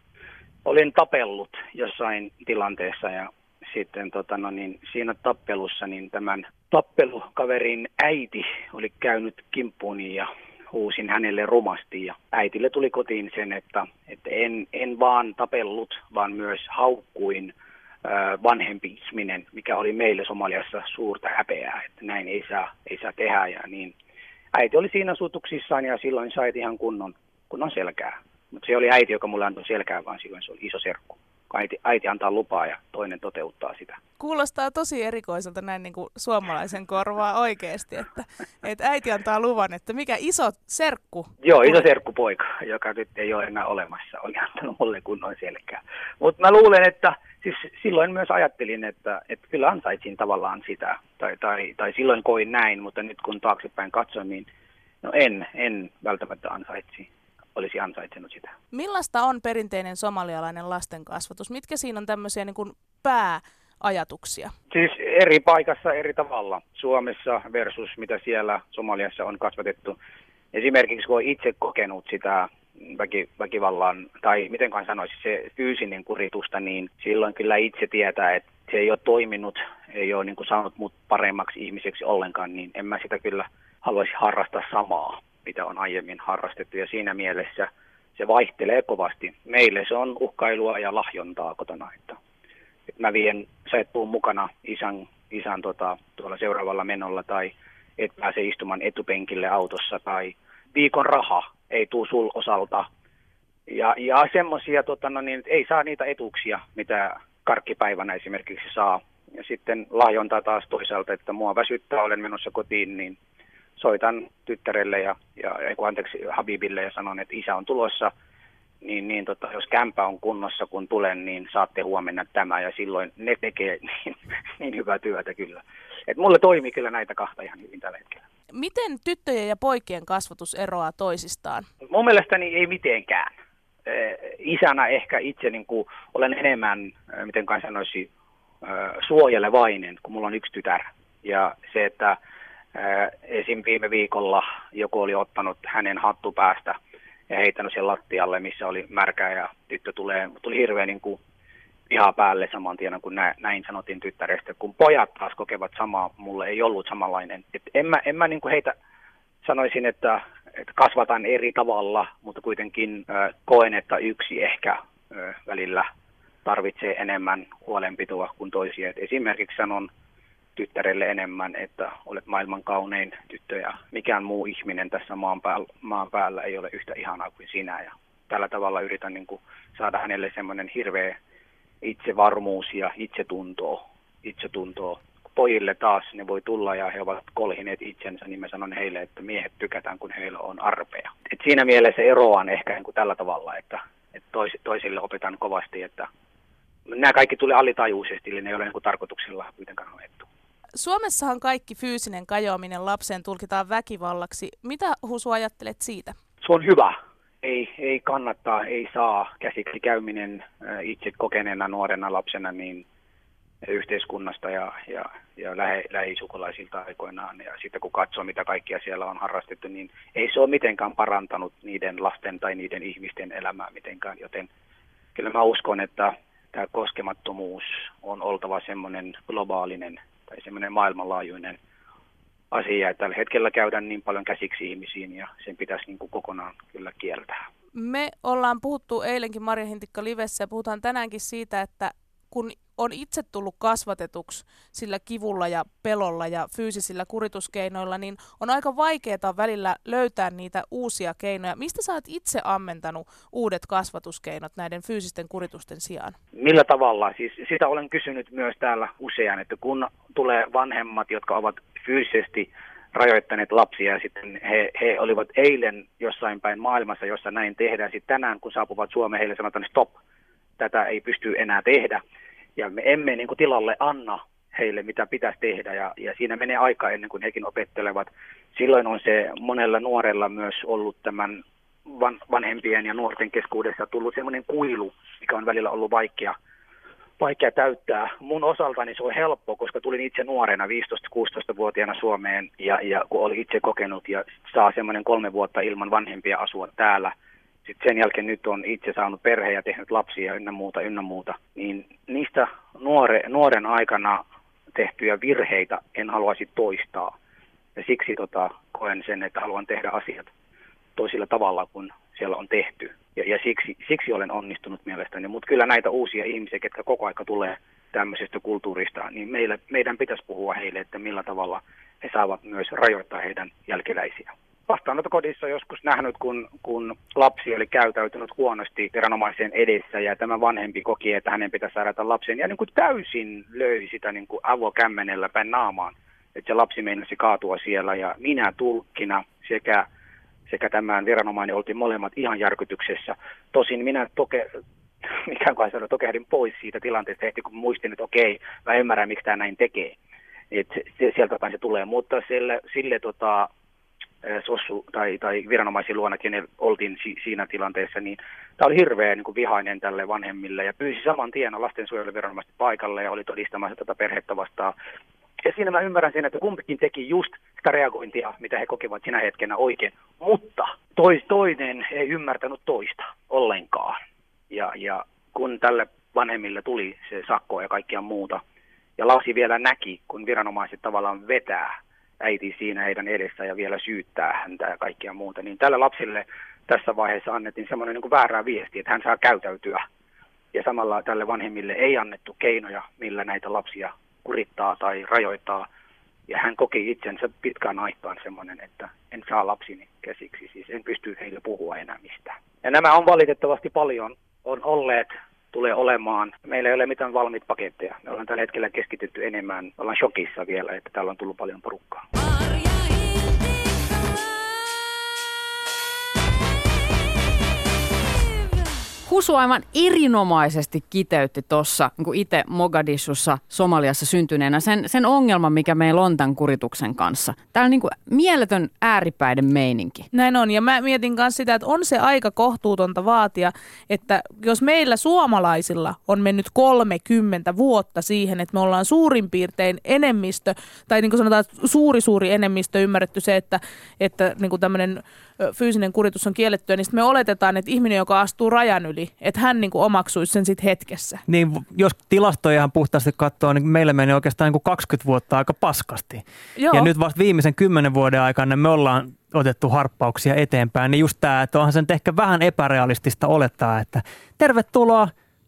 olin tapellut jossain tilanteessa ja sitten tota, no niin, siinä tappelussa niin tämän tappelukaverin äiti oli käynyt kimppuuni ja huusin hänelle rumasti ja äitille tuli kotiin sen, että, että en, en vaan tapellut, vaan myös haukkuin vanhempi ihminen, mikä oli meille Somaliassa suurta häpeää, että näin ei saa, ei saa tehdä. Ja niin äiti oli siinä suutuksissaan ja silloin sait ihan kunnon, kunnon selkää. Mutta se oli äiti, joka mulle antoi selkää, vaan silloin se oli iso serkku. Äiti, äiti antaa lupaa ja toinen toteuttaa sitä. Kuulostaa tosi erikoiselta näin niin kuin suomalaisen korvaa oikeasti, että, että äiti antaa luvan, että mikä iso serkku. Joo, iso serkkupoika, joka nyt ei ole enää olemassa, oli antanut mulle kunnon selkää. Mutta mä luulen, että siis silloin myös ajattelin, että, että kyllä ansaitsin tavallaan sitä, tai, tai, tai silloin koin näin, mutta nyt kun taaksepäin katsoin, niin no en, en välttämättä ansaitsi. olisi ansaitsenut sitä. Millaista on perinteinen somalialainen lastenkasvatus? Mitkä siinä on tämmöisiä niin kuin pääajatuksia? Siis eri paikassa eri tavalla. Suomessa versus mitä siellä Somaliassa on kasvatettu. Esimerkiksi kun olen itse kokenut sitä väki, väkivallan, tai mitenkaan sanoisi, se fyysinen kuritusta, niin silloin kyllä itse tietää, että se ei ole toiminut, ei ole niin kuin saanut mut paremmaksi ihmiseksi ollenkaan, niin en mä sitä kyllä haluaisi harrastaa samaa, mitä on aiemmin harrastettu. Ja siinä mielessä se vaihtelee kovasti. Meille se on uhkailua ja lahjontaa kotona. Että, että mä vien, sä et tuu mukana isän, isän tota, tuolla seuraavalla menolla tai et pääse istumaan etupenkille autossa tai viikon raha ei tuu sul osalta. Ja, ja semmoisia, tota, no niin, ei saa niitä etuuksia, mitä karkkipäivänä esimerkiksi saa. Ja sitten lahjontaa taas toisaalta, että mua väsyttää, olen menossa kotiin, niin soitan tyttärelle ja, ja anteeksi, Habibille ja sanon, että isä on tulossa. Niin, niin tota, jos kämpä on kunnossa, kun tulen, niin saatte huomenna tämä. Ja silloin ne tekee niin, niin hyvää työtä kyllä. Et mulle toimii kyllä näitä kahta ihan hyvin tällä hetkellä. Miten tyttöjen ja poikien kasvatus eroaa toisistaan? Mun mielestäni ei mitenkään. Isänä ehkä itse niin kuin olen enemmän, mitenkään sanoisi, suojelevainen, kun mulla on yksi tytär. Ja se, että esim. Viime viikolla joku oli ottanut hänen hattupäästä ja heittänyt sen lattialle, missä oli märkää ja tyttö tulee, tuli hirveän niin kuin pihaa päälle saman tien, kun nä, näin sanotin tyttärestä. Kun pojat taas kokevat samaa, mulle ei ollut samanlainen. Et en mä, en mä niin kuin heitä sanoisin, että, että kasvataan eri tavalla, mutta kuitenkin äh, koen, että yksi ehkä äh, välillä tarvitsee enemmän huolenpitoa kuin toisia. Et esimerkiksi sanon tyttärelle enemmän, että olet maailman kaunein tyttö ja mikään muu ihminen tässä maan päällä, maan päällä ei ole yhtä ihanaa kuin sinä. Ja tällä tavalla yritän niin kuin saada hänelle semmoinen hirveä itsevarmuus ja itsetuntoa. itsetuntoa. Pojille taas ne voi tulla ja he ovat kolhineet itsensä, niin mä sanon heille, että miehet tykätään, kun heillä on arpeja. Et siinä mielessä eroan ehkä niin kuin tällä tavalla, että, että tois, toisille opetan kovasti, että nämä kaikki tulee alitajuisesti, eli ne ei ole niin kuin tarkoituksella kuitenkaan hoidettu. Suomessahan kaikki fyysinen kajoaminen lapseen tulkitaan väkivallaksi. Mitä, Husu, ajattelet siitä? Se on hyvä. Ei, ei kannattaa, ei saa käsiksi käyminen itse kokeneena nuorena lapsena niin yhteiskunnasta ja, ja, ja lähe, lähisukulaisilta aikoinaan. Ja sitten kun katsoo, mitä kaikkia siellä on harrastettu, niin ei se ole mitenkään parantanut niiden lasten tai niiden ihmisten elämää mitenkään. Joten kyllä mä uskon, että tämä koskemattomuus on oltava semmoinen globaalinen tai semmoinen maailmanlaajuinen asia, että tällä hetkellä käydään niin paljon käsiksi ihmisiin ja sen pitäisi niin kuin kokonaan kyllä kieltää. Me ollaan puhuttu eilenkin Marja Hintikka Livessä ja puhutaan tänäänkin siitä, että kun on itse tullut kasvatetuksi sillä kivulla ja pelolla ja fyysisillä kurituskeinoilla, niin on aika vaikeaa välillä löytää niitä uusia keinoja. Mistä sä oot itse ammentanut uudet kasvatuskeinot näiden fyysisten kuritusten sijaan? Millä tavalla? Siis sitä olen kysynyt myös täällä usein, että kun tulee vanhemmat, jotka ovat fyysisesti rajoittaneet lapsia ja sitten he, he olivat eilen jossain päin maailmassa, jossa näin tehdään. Sitten tänään, kun saapuvat Suomeen, heille sanotaan stop, tätä ei pysty enää tehdä. Ja me emme niin kuin tilalle anna heille, mitä pitäisi tehdä, ja, ja siinä menee aika ennen kuin hekin opettelevat. Silloin on se monella nuorella myös ollut tämän van, vanhempien ja nuorten keskuudessa tullut semmoinen kuilu, mikä on välillä ollut vaikea, vaikea täyttää. Mun osaltani se on helppo, koska tulin itse nuorena viisitoista-kuusitoista-vuotiaana Suomeen, ja, ja kun oli itse kokenut ja saa semmoinen kolme vuotta ilman vanhempia asua täällä. Sitten sen jälkeen nyt on itse saanut perhe ja tehnyt lapsia ynnä muuta, ynnä muuta. Niin niistä nuore, nuoren aikana tehtyjä virheitä en haluaisi toistaa. Ja siksi tota, koen sen, että haluan tehdä asiat toisilla tavalla kuin siellä on tehty. Ja, ja siksi, siksi olen onnistunut mielestäni. Mutta kyllä näitä uusia ihmisiä, ketkä koko aika tulee tämmöisestä kulttuurista, niin meille, meidän pitäisi puhua heille, että millä tavalla he saavat myös rajoittaa heidän jälkeläisiä. Vastaanottokodissa joskus nähnyt, kun, kun lapsi oli käytäytynyt huonosti viranomaisen edessä ja tämä vanhempi koki, että hänen pitäisi saada lapsen ja niin kuin täysin löi sitä niin kuin avokämmenellä päin naamaan, että se lapsi meinasi kaatua siellä ja minä tulkkina sekä, sekä tämän viranomainen oltiin molemmat ihan järkytyksessä. Tosin minä toke, mikään kai sanoa, tokehdin pois siitä tilanteesta heti, kun muistin, että okei, mä ymmärrän, miksi tämä näin tekee. Et se, sieltä päin se tulee, mutta sille, sille tota, sossu tai, tai viranomaisen luona, kenen oltiin si, siinä tilanteessa, niin tämä oli hirveän niin kuin vihainen tälle vanhemmille ja pyysi saman tien lastensuojeluviranomaisesti paikalle ja oli todistamassa tätä perhettä vastaan. Ja siinä mä ymmärrän sen, että kumpikin teki just sitä reagointia, mitä he kokevat sinä hetkenä oikein, mutta tois, toinen ei ymmärtänyt toista ollenkaan. Ja, ja kun tälle vanhemmille tuli se sakko ja kaikkia muuta, ja lapsi vielä näki, kun viranomaiset tavallaan vetää äiti siinä heidän edessä ja vielä syyttää häntä ja kaikkia muuta, niin tälle lapsille tässä vaiheessa annettiin semmoinen niin kuin väärää viesti, että hän saa käytäytyä. Ja samalla tälle vanhemmille ei annettu keinoja, millä näitä lapsia kurittaa tai rajoittaa. Ja hän koki itsensä pitkään aikaan semmoinen, että en saa lapsini käsiksi, siis en pysty heille puhua enää mistään. Ja nämä on valitettavasti paljon, on olleet, tulee olemaan. Meillä ei ole mitään valmiita paketteja. Me ollaan tällä hetkellä keskitytty enemmän. Ollaan shokissa vielä, että täällä on tullut paljon porukkaa. Husu aivan erinomaisesti kiteytti tuossa niin itse Mogadishussa, Somaliassa syntyneenä sen, sen ongelman, mikä meillä on tämän kurituksen kanssa. Täällä on niin kuin mieletön ääripäiden meininki. Näin on, ja mä mietin myös sitä, että on se aika kohtuutonta vaatia, että jos meillä suomalaisilla on mennyt kolmekymmentä vuotta siihen, että me ollaan suurin piirtein enemmistö, tai niin kuin sanotaan, suuri suuri enemmistö ymmärretty se, että, että niin kuin tämmöinen fyysinen kuritus on kiellettyä, niin sitten me oletetaan, että ihminen, joka astuu rajan yli, että hän niin kuin omaksuisi sen sitten hetkessä. Niin, jos tilastoja ihan puhtaasti katsoo, niin meillä meni oikeastaan niin kuin kaksikymmentä vuotta aika paskasti. Joo. Ja nyt vasta viimeisen kymmenen vuoden aikana me ollaan otettu harppauksia eteenpäin. Niin just tämä, että onhan se nyt ehkä vähän epärealistista olettaa, että tervetuloa, oha,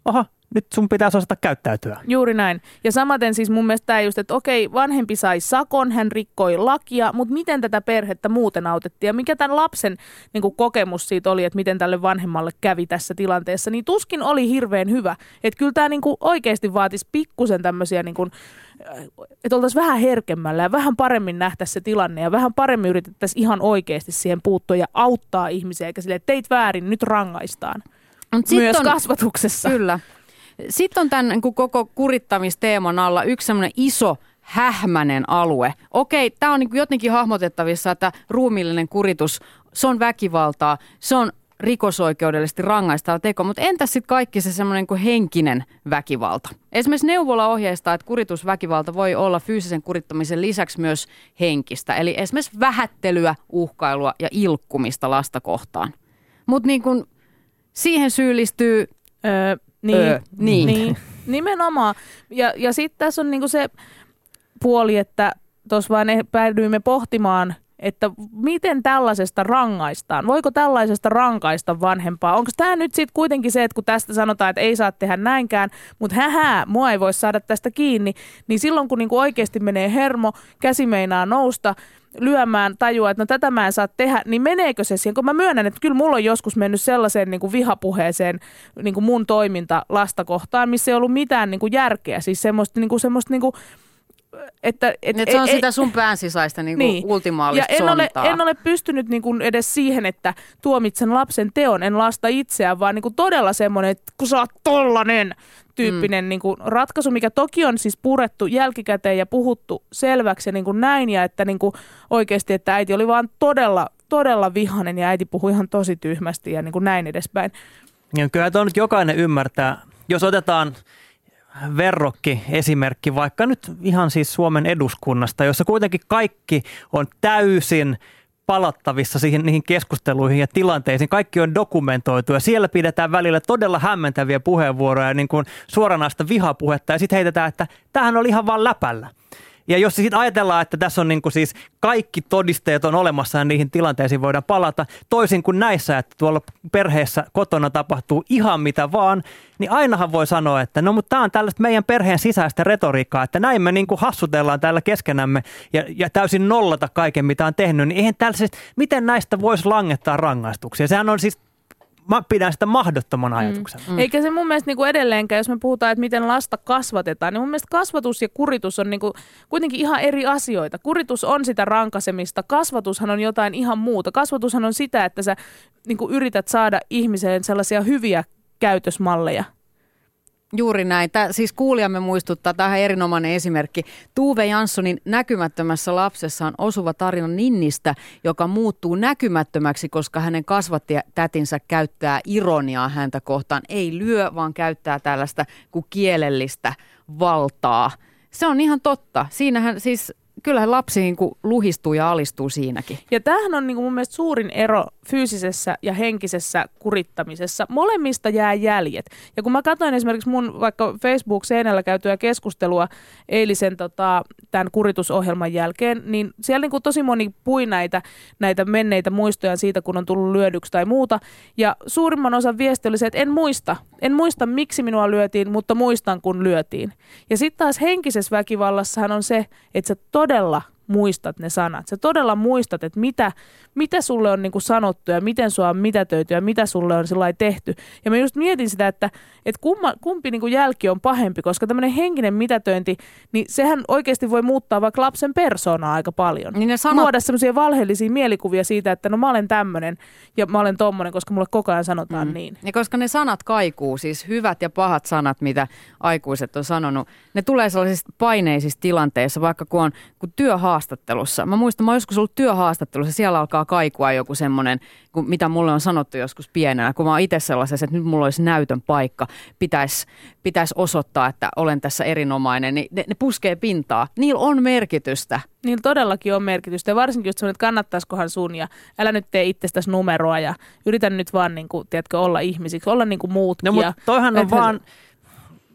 nyt sun pitäisi osata käyttäytyä. Juuri näin. Ja samaten siis mun mielestä tämä just, että okei, vanhempi sai sakon, hän rikkoi lakia, mutta miten tätä perhettä muuten autettiin ja mikä tämän lapsen niin kuin kokemus siitä oli, että miten tälle vanhemmalle kävi tässä tilanteessa, niin tuskin oli hirveän hyvä. Että kyllä tämä niin kuin oikeasti vaatisi pikkusen tämmöisiä, niin kuin, että oltaisiin vähän herkemmällä ja vähän paremmin nähtäisiin se tilanne ja vähän paremmin yritettäisiin ihan oikeasti siihen puuttua ja auttaa ihmisiä, eikä silleen, että teit väärin, nyt rangaistaan. Myös on, kasvatuksessa. Kyllä. Sitten on tämän niin koko kurittamisteeman alla yksi semmoinen iso hähmäinen alue. Okei, tämä on niin jotenkin hahmotettavissa, että ruumiillinen kuritus, se on väkivaltaa, se on rikosoikeudellisesti rangaistava teko, mutta entäs sitten kaikki se semmoinen niin henkinen väkivalta? Esimerkiksi neuvola ohjeistaa, että kuritusväkivalta voi olla fyysisen kurittamisen lisäksi myös henkistä, eli esimerkiksi vähättelyä, uhkailua ja ilkkumista lasta kohtaan. Mutta niin kuin siihen syyllistyy... Öö, niin, öö, niin. niin, nimenomaan. Ja, ja sitten tässä on niinku se puoli, että tuossa vaan päädyimme pohtimaan, että miten tällaisesta rangaistaan. Voiko tällaisesta rankaista vanhempaa? Onko tämä nyt sitten kuitenkin se, että kun tästä sanotaan, että ei saa tehdä näinkään, mutta hähää, mua ei voi saada tästä kiinni, niin silloin kun niinku oikeasti menee hermo, käsi meinaa nousta, lyömään, tajua, että no tätä mä en saa tehdä, niin meneekö se siihen? Kun mä myönnän, että kyllä mulla on joskus mennyt sellaiseen niin kuin vihapuheeseen niin kuin mun toiminta lasta kohtaan, missä ei ollut mitään niin kuin järkeä. Siis semmoista, niin kuin, semmoista niin kuin, että... Et, et se on et, sitä sun pään sisäistä niin kuin niin. ultimaalista ja en ole, sontaa. en ole pystynyt niin kuin edes siihen, että tuomitsen lapsen teon, en lasta itseään, vaan niin kuin todella semmoinen, että kun sä oot tollanen tyyppinen mm. niin kuin ratkaisu, mikä toki on siis purettu jälkikäteen ja puhuttu selväksi ja niin kuin näin, ja että niin kuin oikeasti, että äiti oli vaan todella, todella vihainen ja äiti puhui ihan tosi tyhmästi ja niin kuin näin edespäin. Ja kyllä tuo nyt jokainen ymmärtää, jos otetaan verrokki esimerkki vaikka nyt ihan siis Suomen eduskunnasta, jossa kuitenkin kaikki on täysin palattavissa siihen, niihin keskusteluihin ja tilanteisiin. Kaikki on dokumentoitu ja siellä pidetään välillä todella hämmentäviä puheenvuoroja, niin kuin suoranaista vihapuhetta ja sitten heitetään, että tämähän oli ihan vaan läpällä. Ja jos sitten ajatellaan, että tässä on niin kuin siis kaikki todisteet on olemassa ja niihin tilanteisiin voidaan palata, toisin kuin näissä, että tuolla perheessä kotona tapahtuu ihan mitä vaan, niin ainahan voi sanoa, että no mutta tämä on tällaista meidän perheen sisäistä retoriikkaa, että näin me niin kuin hassutellaan täällä keskenämme ja, ja täysin nollata kaiken mitä on tehnyt, niin eihän tällaisesta, miten näistä voisi langettaa rangaistuksia? Sehän on siis... Mä pidän sitä mahdottoman ajatuksena. Mm. Eikä se mun mielestä niinku edelleenkään, jos me puhutaan, että miten lasta kasvatetaan, niin mun mielestä kasvatus ja kuritus on niinku kuitenkin ihan eri asioita. Kuritus on sitä rankaisemista, kasvatushan on jotain ihan muuta. Kasvatushan on sitä, että sä niinku yrität saada ihmiseen sellaisia hyviä käytösmalleja. Juuri näin. Tää, siis kuulijamme muistuttaa, tähän erinomainen esimerkki. Tuve Janssonin Näkymättömässä lapsessa on osuva tarina Ninnistä, joka muuttuu näkymättömäksi, koska hänen kasvattajatätinsä käyttää ironiaa häntä kohtaan. Ei lyö, vaan käyttää tällaista kuin kielellistä valtaa. Se on ihan totta. Siinähän siis... Kyllähän lapsi niin kuin luhistuu ja alistuu siinäkin. Ja tämähän on niin kuin mun mielestä suurin ero fyysisessä ja henkisessä kurittamisessa. Molemmista jää jäljet. Ja kun mä katsoin esimerkiksi mun vaikka Facebook-seinällä käytyä keskustelua eilisen tota, tämän kuritusohjelman jälkeen, niin siellä niin kuin tosi moni pui näitä, näitä menneitä muistoja siitä, kun on tullut lyödyksi tai muuta. Ja suurimman osan viesti oli se, että en muista. En muista, miksi minua lyötiin, mutta muistan, kun lyötiin. Ja sitten taas henkisessä väkivallassahan on se, että sä todella muistat ne sanat. Sä todella muistat, että mitä, mitä sulle on niinku sanottu ja miten sua on mitätöity ja mitä sulle on sillai tehty. Ja mä just mietin sitä, että, että kumma, kumpi niinku jälki on pahempi, koska tämmöinen henkinen mitätöinti, niin sehän oikeasti voi muuttaa vaikka lapsen persoonaa aika paljon. Niin ne sanat... Luoda semmoisia valheellisia mielikuvia siitä, että no mä olen tämmöinen ja mä olen tommonen, koska mulle koko ajan sanotaan mm. niin. Ja koska ne sanat kaikuu, siis hyvät ja pahat sanat, mitä aikuiset on sanonut, ne tulee sellaisissa paineisissa tilanteissa, vaikka kun on kun työhaastattelussa. Mä muistan, mä oon joskus ollut työhaastattelussa, siellä alkaa kaikua joku semmoinen, mitä mulle on sanottu joskus pienenä, kun mä oon itse sellaisessa, että nyt mulla olisi näytön paikka, pitäisi pitäis osoittaa, että olen tässä erinomainen, niin ne, ne puskee pintaa. Niillä on merkitystä. Niillä todellakin on merkitystä ja varsinkin just semmoinen, että kannattaisikohan sun ja älä nyt tee itsestäsi numeroa ja yritän nyt vaan niin kuin, tiedätkö, olla ihmisiksi, olla niin kuin muutkin. No mutta toihan on et, vaan...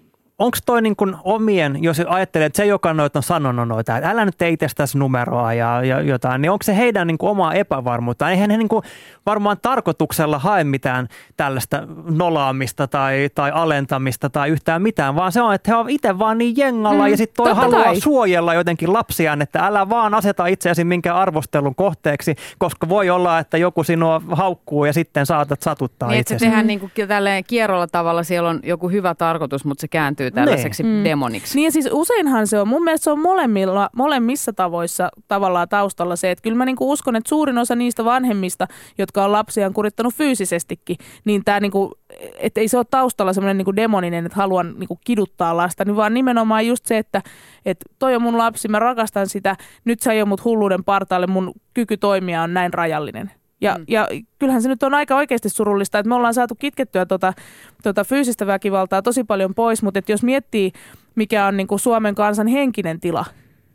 onko toi niin kuin omien, jos ajattelee, että se, joka noita on sanonut noita, että älä nyt tee itsestäsi numeroa ja, ja jotain, niin onko se heidän niin kuin omaa epävarmuutta? Eihän he niin kuin varmaan tarkoituksella hae mitään tällaista nolaamista tai, tai alentamista tai yhtään mitään, vaan se on, että he on itse vaan niin jengalla mm, ja sitten toi haluaa kai suojella jotenkin lapsiaan, että älä vaan aseta itseäsi minkään arvostelun kohteeksi, koska voi olla, että joku sinua haukkuu ja sitten saatat satuttaa niin, itsesi. Niin, että se tehdään niin kuin tälleen kierrolla tavalla, siellä on joku hyvä tarkoitus, mutta se kääntyy tällaiseksi mm. demoniksi. Niin ja siis useinhan se on, mun mielestä se on molemmilla, molemmissa tavoissa tavallaan taustalla se, että kyllä mä niinku uskon, että suurin osa niistä vanhemmista, jotka on lapsiaan kurittanut fyysisestikin, niin tämä niinku, että ei se ole taustalla semmoinen niinku demoninen, että haluan niinku kiduttaa lasta, niin vaan nimenomaan just se, että et toi on mun lapsi, mä rakastan sitä, nyt sä jo mut hulluuden partaalle, mun kyky toimia on näin rajallinen. Ja, mm. ja kyllähän se nyt on aika oikeasti surullista, että me ollaan saatu kitkettyä tuota, tuota fyysistä väkivaltaa tosi paljon pois, mutta että jos miettii, mikä on niin kuin Suomen kansan henkinen tila,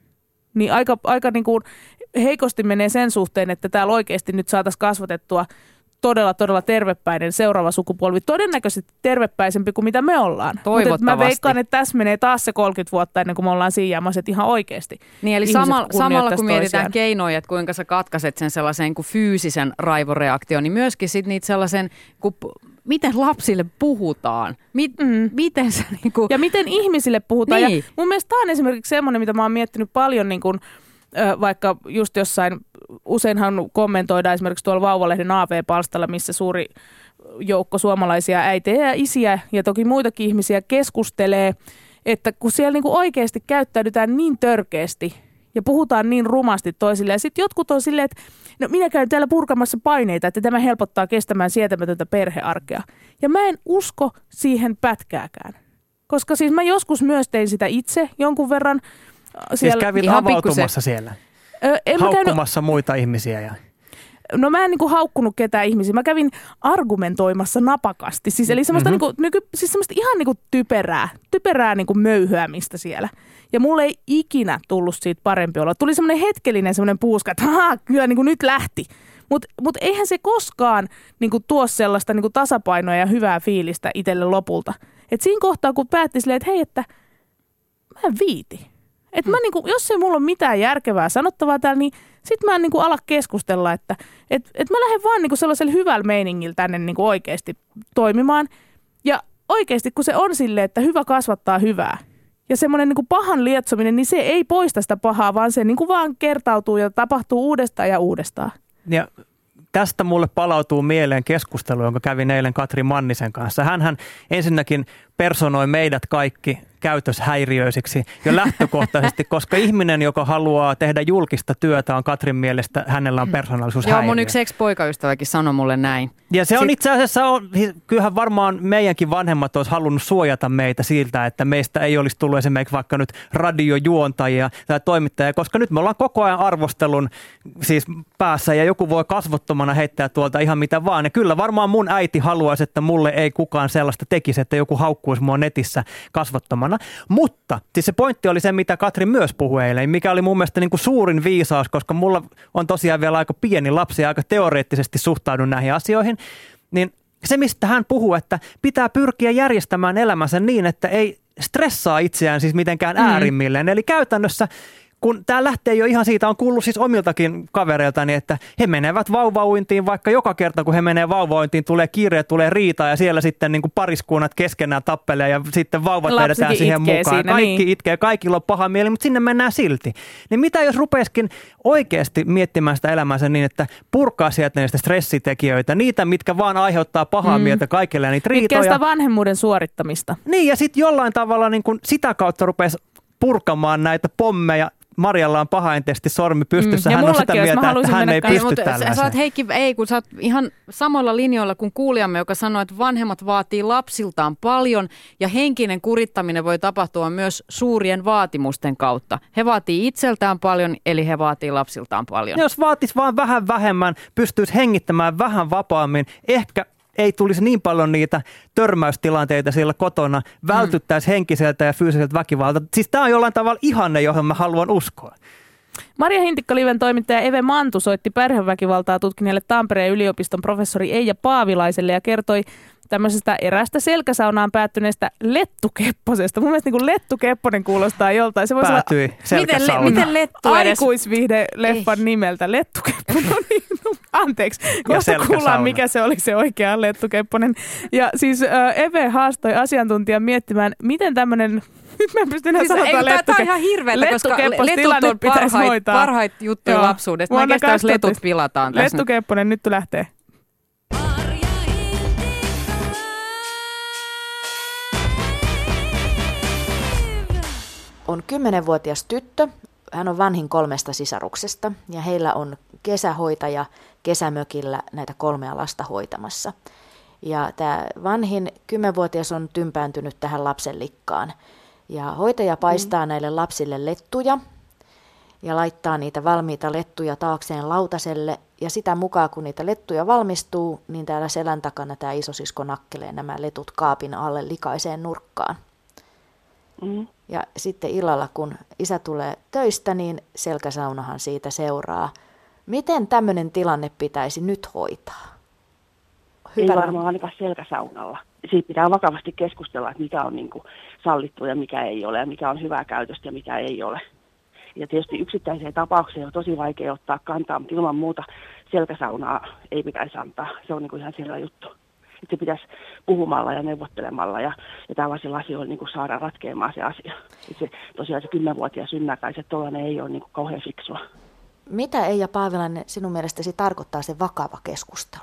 niin aika, aika niin kuin heikosti menee sen suhteen, että täällä oikeasti nyt saataisiin kasvatettua todella, todella tervepäinen seuraava sukupolvi. Todennäköisesti tervepäisempi kuin mitä me ollaan. Toivottavasti. Mutta mä veikkaan, että tässä menee taas se kolmekymmentä vuotta ennen kuin me ollaan siinä jamassa, että ihan oikeasti. Niin, eli samalla, samalla kun mietitään toisiaan keinoja, että kuinka sä katkaiset sen sellaisen kuin fyysisen raivoreaktion, niin myöskin sit niitä sellaisen, kun miten lapsille puhutaan. Mit, mm. miten se, niin kuin ja miten ihmisille puhutaan. Niin. Ja mun mielestä tämä on esimerkiksi semmoinen, mitä mä oon miettinyt paljon niin kuin, vaikka just jossain, useinhan kommentoidaan esimerkiksi tuolla Vauvalehden A V-palstalla, missä suuri joukko suomalaisia äitejä ja isiä ja toki muitakin ihmisiä keskustelee, että kun siellä niinku oikeasti käyttäydytään niin törkeästi ja puhutaan niin rumasti toisille ja sitten jotkut on silleen, että no minä käyn täällä purkamassa paineita, että tämä helpottaa kestämään sietämätöntä perhearkea. Ja mä en usko siihen pätkääkään, koska siis mä joskus myös tein sitä itse jonkun verran. Siis kävit avautumassa siellä, Ö, en haukkumassa käynyt muita ihmisiä. Ja no mä en niinku haukkunut ketään ihmisiä. Mä kävin argumentoimassa napakasti. Siis, eli semmoista, mm-hmm. niinku, nyky, siis semmoista ihan niinku typerää, typerää niinku möyhyämistä siellä. Ja mulle ei ikinä tullut siitä parempi olla. Tuli semmoinen hetkellinen semmoinen puuska, että haha, kyllä niinku nyt lähti. Mutta mut eihän se koskaan niinku tuo sellaista niinku tasapainoa ja hyvää fiilistä itselle lopulta. Et siinä kohtaa, kun päätti silleen, että hei, että mä en viiti. Että mä niinku, jos ei mulla ole mitään järkevää sanottavaa täällä, niin sit mä en niinku ala keskustella, että et, et mä lähden vaan niinku sellaisella hyvällä meiningillä tänne niinku oikeasti toimimaan. Ja oikeasti, kun se on silleen, että hyvä kasvattaa hyvää ja semmoinen niinku pahan lietsominen, niin se ei poista sitä pahaa, vaan se niinku vaan kertautuu ja tapahtuu uudestaan ja uudestaan. Ja tästä mulle palautuu mieleen keskustelu, jonka kävin eilen Katri Mannisen kanssa. Hänhän ensinnäkin personoi meidät kaikki käytöshäiriöisiksi jo lähtökohtaisesti, koska ihminen, joka haluaa tehdä julkista työtä, on Katrin mielestä, hänellä on persoonallisuushäiriö. Joo, mun yksi ex-poikaystäväkin sanoi mulle näin. Ja se on Sit... itse asiassa, on, kyllähän varmaan meidänkin vanhemmat olisi halunnut suojata meitä siltä, että meistä ei olisi tullut esimerkiksi vaikka nyt radiojuontajia tai toimittajia, koska nyt me ollaan koko ajan arvostelun siis päässä ja joku voi kasvottomana heittää tuolta ihan mitä vaan. Ja kyllä varmaan mun äiti haluaisi, että mulle ei kukaan sellaista tekisi, että joku haukkuisi mua netissä kasvottomana. Mutta siis se pointti oli se, mitä Katri myös puhui eilen, mikä oli mun mielestä niin kuin suurin viisaus, koska mulla on tosiaan vielä aika pieni lapsi ja aika teoreettisesti suhtaudun näihin asioihin, niin se, mistä hän puhuu, että pitää pyrkiä järjestämään elämänsä niin, että ei stressaa itseään siis mitenkään mm. äärimmilleen. Eli käytännössä kun tämä lähtee jo ihan siitä, on kuullut siis omiltakin kavereiltani, että he menevät vauvauintiin, vaikka joka kerta kun he menee vauvauintiin, tulee kiire, tulee riita ja siellä sitten niin kuin pariskunnat keskenään tappelee ja sitten vauvat vedetään siihen mukaan. Siinä, Kaikki niin. itkee, kaikilla on paha mieli, mutta sinne mennään silti. Niin mitä jos rupeisikin oikeasti miettimään sitä elämäänsä niin, että purkaa sieltä niistä stressitekijöitä, niitä, mitkä vaan aiheuttaa pahaa mm. mieltä kaikille ja niitä riitoja. Mitkä sitä vanhemmuuden suorittamista. Niin ja sitten jollain tavalla niin kuin sitä kautta rupeisi purkamaan näitä pommeja. Marjalla on pahaintesti sormi pystyssä. Mm. Hän on sitä mieltä, että hän ei pysty tällaiseen. Sä oot Heikki, ei, kun sä oot ihan samoilla linjoilla kuin kuulijamme, joka sanoi, että vanhemmat vaatii lapsiltaan paljon ja henkinen kurittaminen voi tapahtua myös suurien vaatimusten kautta. He vaatii itseltään paljon, eli he vaatii lapsiltaan paljon. Ja jos vaatis vaan vähän vähemmän, pystyisi hengittämään vähän vapaammin, ehkä ei tulisi niin paljon niitä törmäystilanteita siellä kotona, vältyttäisiin mm. henkiseltä ja fyysiseltä väkivalta. Siis tämä on jollain tavalla ihanne, johon mä haluan uskoa. Maria Hintikka-liven toimittaja Eve Mantu soitti perheväkivaltaa tutkineelle Tampereen yliopiston professori Eija Paavilaiselle ja kertoi tämmöisestä erästä selkäsaunaan päättyneestä lettukepposesta. Mun mielestä niin kuin lettukepponen kuulostaa joltain. Se voisi Päätyi olla selkäsaunaan. Miten, miten lettu edes? Aikuisviihde-leffan nimeltä Lettukepponen. No niin, no, anteeksi. Kohta kuullaan, mikä se oli se oikea lettukepponen. Ja siis äh, Eve haastoi asiantuntijan miettimään, miten tämmöinen... Nyt mä en pysty enää siis sanotaan lettuke- Tämä on ihan hirveätä, koska letut on parhait, parhait juttuja lapsuudesta. Mä en kestä, jos letut pilataan tässä. Lettukepponen, nyt lähtee. On kymmenvuotias tyttö. Hän on vanhin kolmesta sisaruksesta ja heillä on kesähoitaja kesämökillä näitä kolmea lasta hoitamassa. Ja tämä vanhin kymmenvuotias on tympääntynyt tähän lapsenlikkaan. Ja hoitaja paistaa mm. näille lapsille lettuja ja laittaa niitä valmiita lettuja taakseen lautaselle. Ja sitä mukaan, kun niitä lettuja valmistuu, niin täällä selän takana tämä isosisko nakkelee nämä letut kaapin alle likaiseen nurkkaan. Mm. Ja sitten illalla, kun isä tulee töistä, niin selkäsaunahan siitä seuraa. Miten tämmöinen tilanne pitäisi nyt hoitaa? Hyvä. Ei varmaan ainakaan selkäsaunalla. Siitä pitää vakavasti keskustella, että mikä on niin kuin sallittu ja mikä ei ole, ja mikä on hyvää käytöstä ja mikä ei ole. Ja tietysti yksittäiseen tapaukseen on tosi vaikea ottaa kantaa, mutta ilman muuta selkäsaunaa ei pitäisi antaa. Se on niin kuin ihan selvä juttu. Että se pitäisi puhumalla ja neuvottelemalla ja, ja tällaisilla asioilla niin kuin saada ratkeamaan se asia. Että se, tosiaan se kymmenvuotias ymmärtäisi, että tuollainen ei ole niin kuin kauhean fiksua. Mitä Eija Paavilainen sinun mielestäsi tarkoittaa se vakava keskustelu?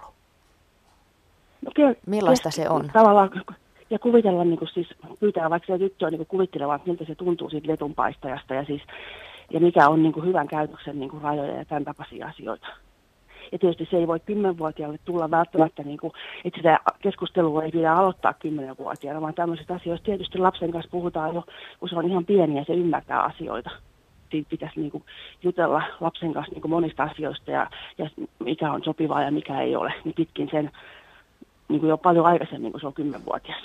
No, kyllä, millaista kes- se on? Tavallaan, ja kuvitella, niin kuin siis, pyytää vaikka se tyttöä niin kuvittelemaan, että miltä se tuntuu siitä letunpaistajasta ja, siis, ja mikä on niin kuin hyvän käytöksen niin kuin rajoja ja tämän tapaisia asioita. Ja tietysti se ei voi kymmenvuotiaalle tulla välttämättä, niin kuin, että sitä keskustelua ei pidä aloittaa kymmenvuotiaana, vaan tämmöisistä asioista tietysti lapsen kanssa puhutaan jo, kun se on ihan pieni ja se ymmärtää asioita. Siitä pitäisi niin kuin jutella lapsen kanssa niin kuin monista asioista ja, ja mikä on sopivaa ja mikä ei ole, niin pitkin sen niin kuin jo paljon aikaisemmin, kun se on kymmenvuotias.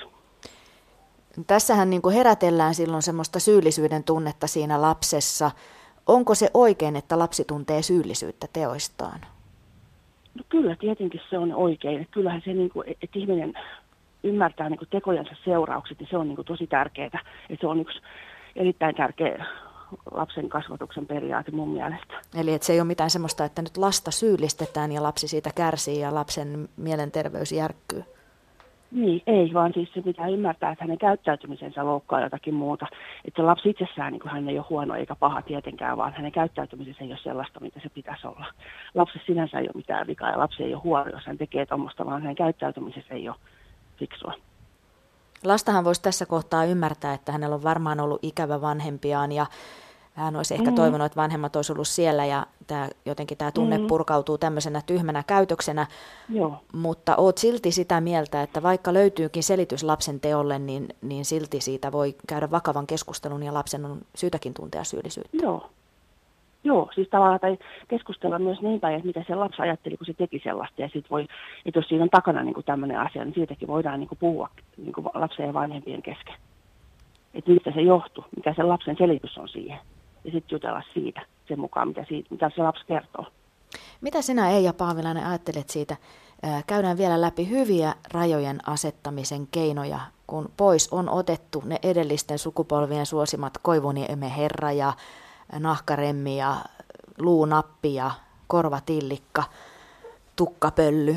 Tässähän niin kuin herätellään silloin semmoista syyllisyyden tunnetta siinä lapsessa. Onko se oikein, että lapsi tuntee syyllisyyttä teoistaan? No kyllä, tietenkin se on oikein. Että kyllähän se, niin kuin, että ihminen ymmärtää niin kuin tekojensa seuraukset, niin se on niin kuin tosi tärkeää. Että se on yksi erittäin tärkeä lapsen kasvatuksen periaate mun mielestä. Eli että se ei ole mitään semmoista, että nyt lasta syyllistetään ja lapsi siitä kärsii ja lapsen mielenterveys järkkyy. Niin, ei, vaan siis se pitää ymmärtää, että hänen käyttäytymisensä loukkaa jotakin muuta. Että se lapsi itsessään, niin kuin hän ei ole huono eikä paha tietenkään, vaan hänen käyttäytymisensä ei ole sellaista, mitä se pitäisi olla. Lapsi sinänsä ei ole mitään vikaa ja lapsi ei ole huono, jos hän tekee tuommoista, vaan hänen käyttäytymisensä ei ole fiksua. Lastahan voisi tässä kohtaa ymmärtää, että hänellä on varmaan ollut ikävä vanhempiaan ja hän olisi ehkä mm. toivonut, että vanhemmat olisi ollut siellä ja tämä, jotenkin tämä tunne mm. purkautuu tämmöisenä tyhmänä käytöksenä. Joo. Mutta oot silti sitä mieltä, että vaikka löytyykin selitys lapsen teolle, niin, niin silti siitä voi käydä vakavan keskustelun ja lapsen on syytäkin tuntea syyllisyyttä. Joo. Joo, siis tavallaan tai keskustella myös niin päin, että mitä se lapsi ajatteli, kun se teki sellaista. Ja sitten voi, että jos siinä on takana niin kuin tämmöinen asia, niin siitäkin voidaan niin kuin puhua niin kuin lapsen ja vanhempien kesken. Että mistä se johtuu, mikä se lapsen selitys on siihen. Ja sitten jutella siitä, sen mukaan, mitä, siitä, mitä se lapsi kertoo. Mitä sinä, Eija Paavilainen, ajattelet siitä? Käydään vielä läpi hyviä rajojen asettamisen keinoja, kun pois on otettu ne edellisten sukupolvien suosimat koivuniemen herra ja nahkaremmi ja luunappi ja korvatillikka, tukkapölly.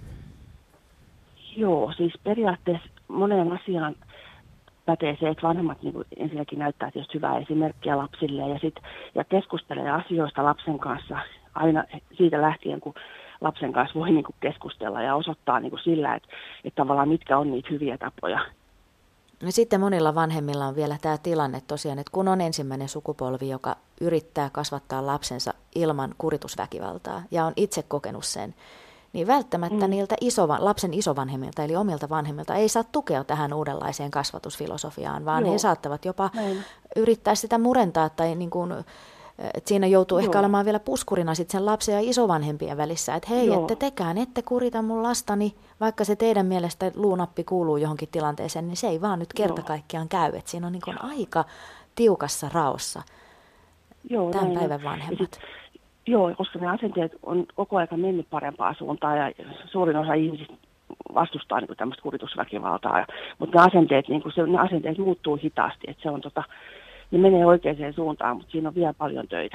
Joo, siis periaatteessa moneen asiaan pätee se, että vanhemmat niin kuin ensinnäkin näyttää tietysti hyvää esimerkkiä lapsille ja, sit, ja keskustelee asioista lapsen kanssa aina siitä lähtien, kun lapsen kanssa voi niin kuin keskustella ja osoittaa niin kuin sillä, että, että tavallaan mitkä on niitä hyviä tapoja. Ja sitten monilla vanhemmilla on vielä tämä tilanne tosiaan, että kun on ensimmäinen sukupolvi, joka yrittää kasvattaa lapsensa ilman kuritusväkivaltaa ja on itse kokenut sen, niin välttämättä mm. niiltä isova, lapsen isovanhemmilta eli omilta vanhemmilta ei saa tukea tähän uudenlaiseen kasvatusfilosofiaan, vaan Joo. he saattavat jopa Näin. yrittää sitä murentaa tai niin kuin, että siinä joutuu Joo. ehkä olemaan vielä puskurina sit sen lapsen ja isovanhempien välissä, että hei, Joo. ette tekään, ette kurita mun lastani, vaikka se teidän mielestä luunappi kuuluu johonkin tilanteeseen, niin se ei vaan nyt kerta kaikkiaan käy, että siinä on niin kuin aika tiukassa raossa Joo, tämän näin. päivän vanhemmat. Joo, koska ne asenteet on koko ajan mennyt parempaan suuntaan ja suurin osa ihmisistä vastustaa niin kuin tämmöistä kuritusväkivaltaa. Ja, mutta ne asenteet, niin kuin se, ne asenteet muuttuu hitaasti, että se on tota, ne menee oikeaan suuntaan, mutta siinä on vielä paljon töitä.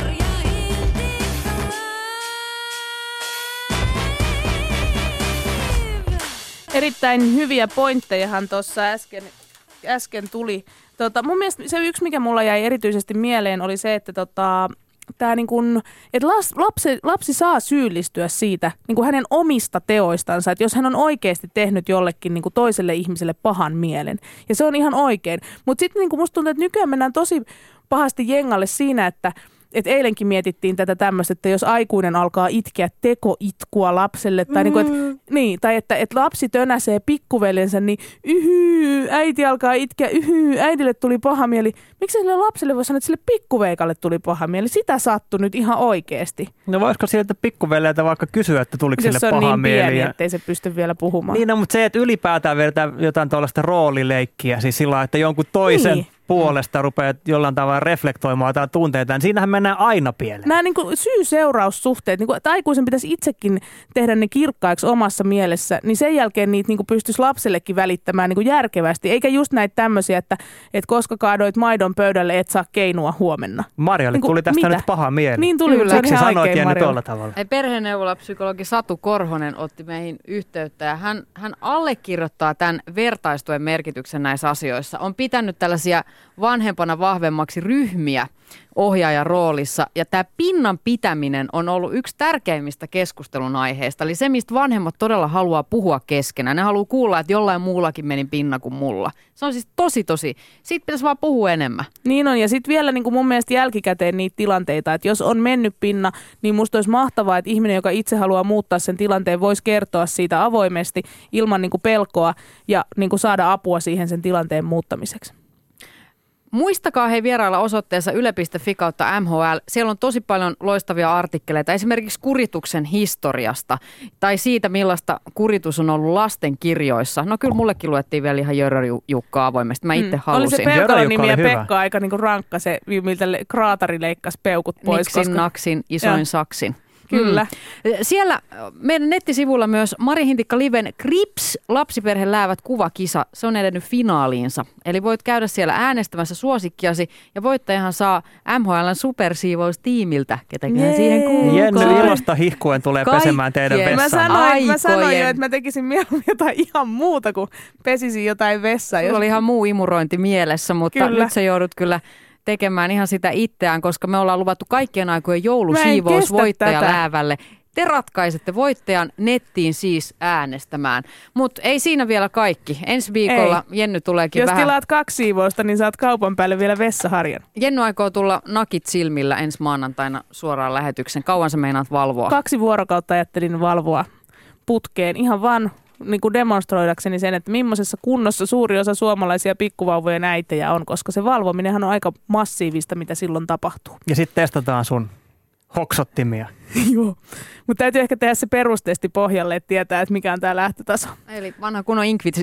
Erittäin hyviä pointtejahan tuossa äsken, äsken tuli. Tota, mun mielestä se yksi, mikä mulla jäi erityisesti mieleen, oli se, että tota, tää niin kun, et lapsi, lapsi saa syyllistyä siitä niin kun hänen omista teoistansa, että jos hän on oikeasti tehnyt jollekin niin kun toiselle ihmiselle pahan mielen. Ja se on ihan oikein. Mutta sitten niin musta tuntuu, että nykyään mennään tosi pahasti jengalle siinä, että et eilenkin mietittiin tätä tämmöistä, että jos aikuinen alkaa itkeä tekoitkua lapselle, tai, mm. niin kuin, et, niin, tai että et lapsi tönäsee pikkuveljensä, niin yhyy, äiti alkaa itkeä, yhyy, äidille tuli paha mieli. Miksi sille lapselle voi sanoa, että sille pikkuveikalle tuli paha mieli? Sitä sattui nyt ihan oikeasti. No voisiko sieltä pikkuveljeltä vaikka kysyä, että tuliko jos sille paha niin mieli? Jos se on niin pieni, ettei se pysty vielä puhumaan. Niin, no, mutta se, että ylipäätään vedetään jotain tuollaista roolileikkiä, siis sillä että jonkun toisen niin. puolesta rupeaa jollain tavalla reflektoimaan jotain tunteita, niin siinähän mennään aina pieleen. Nämä niin kuin syy-seuraussuhteet, niin kuin, että aikuisen pitäisi itsekin tehdä ne kirkkaiksi omassa mielessä, niin sen jälkeen niitä niin kuin pystyisi lapsellekin välittämään niin kuin järkevästi, eikä just näitä tämmöisiä, että, että koska kaadoit maidon pöydälle, et saa keinua huomenna. Marjalle niin tuli tästä mitä? Nyt paha mieli. Niin tuli, mutta se on ihan oikein, Marjalle. Tavalla? Perheneuvolapsykologi Satu Korhonen otti meihin yhteyttä ja hän, hän allekirjoittaa tämän vertaistuen merkityksen näissä asioissa. On pitänyt tällaisia vanhempana vahvemmaksi ryhmiä ohjaajan roolissa. Ja tämä pinnan pitäminen on ollut yksi tärkeimmistä keskustelun aiheista. Eli se, mistä vanhemmat todella haluaa puhua keskenään. Ne haluaa kuulla, että jollain muullakin meni pinna kuin mulla. Se on siis tosi, tosi. Siitä pitäisi vaan puhua enemmän. Niin on. Ja sitten vielä niin kuin mun mielestä jälkikäteen niitä tilanteita, että jos on mennyt pinna, niin musta olisi mahtavaa, että ihminen, joka itse haluaa muuttaa sen tilanteen, voisi kertoa siitä avoimesti ilman niin kuin pelkoa ja niin kuin saada apua siihen sen tilanteen muuttamiseksi. Muistakaa hei vierailla osoitteessa yle piste fi kautta M H L. Siellä on tosi paljon loistavia artikkeleita esimerkiksi kurituksen historiasta tai siitä, millaista kuritus on ollut lasten kirjoissa. No kyllä mullekin luettiin vielä ihan Jörö Jukka avoimesti. Mä itse mm. halusin. Oli se Peukalon nimi ja Pekka aika niinku rankka se, miltä kraatari leikkasi peukut pois. Niksin, koska... naksin, isoin ja. saksin. Kyllä. Mm. Siellä meidän nettisivulla myös Mari Hintikka Liven Krips lapsiperhe läävät kuvakisa. Se on edennyt finaaliinsa. Eli voit käydä siellä äänestämässä suosikkiasi ja voittajahan saa M H L:n supersiivoustiimiltä, ketäkään siihen kuuluu. Jenny ilosta hihkuen tulee Kaikkien. pesemään teidän vessaan. Mä sanoin, mä sanoin jo, että mä tekisin mieluummin jotain ihan muuta kuin pesisin jotain vessaa. Sulla jos... oli ihan muu imurointi mielessä, mutta kyllä. nyt sä joudut kyllä tekemään ihan sitä itseään, koska me ollaan luvattu kaikkien aikojen joulusiivous voittajaläävälle. Te ratkaisette voittajan nettiin siis äänestämään. Mutta ei siinä vielä kaikki. Ensi viikolla ei. Jenny tuleekin Jos vähän... Jos tilaat kaksi siivousta, niin saat kaupan päälle vielä vessaharjan. Jenny aikoo tulla nakit silmillä ensi maanantaina suoraan lähetyksen. Kauan sä meinaat valvoa? Kaksi vuorokautta ajattelin valvoa putkeen. Ihan vaan niin kuin demonstroidakseni sen, että millaisessa kunnossa suuri osa suomalaisia pikkuvauvojen äitejä on, koska se valvominenhan on aika massiivista, mitä silloin tapahtuu. Ja sitten testataan sun hoksottimia. Joo, mutta täytyy ehkä tehdä se perustesti pohjalle, että tietää, että mikä on tämä lähtötaso. Eli vanha kunnon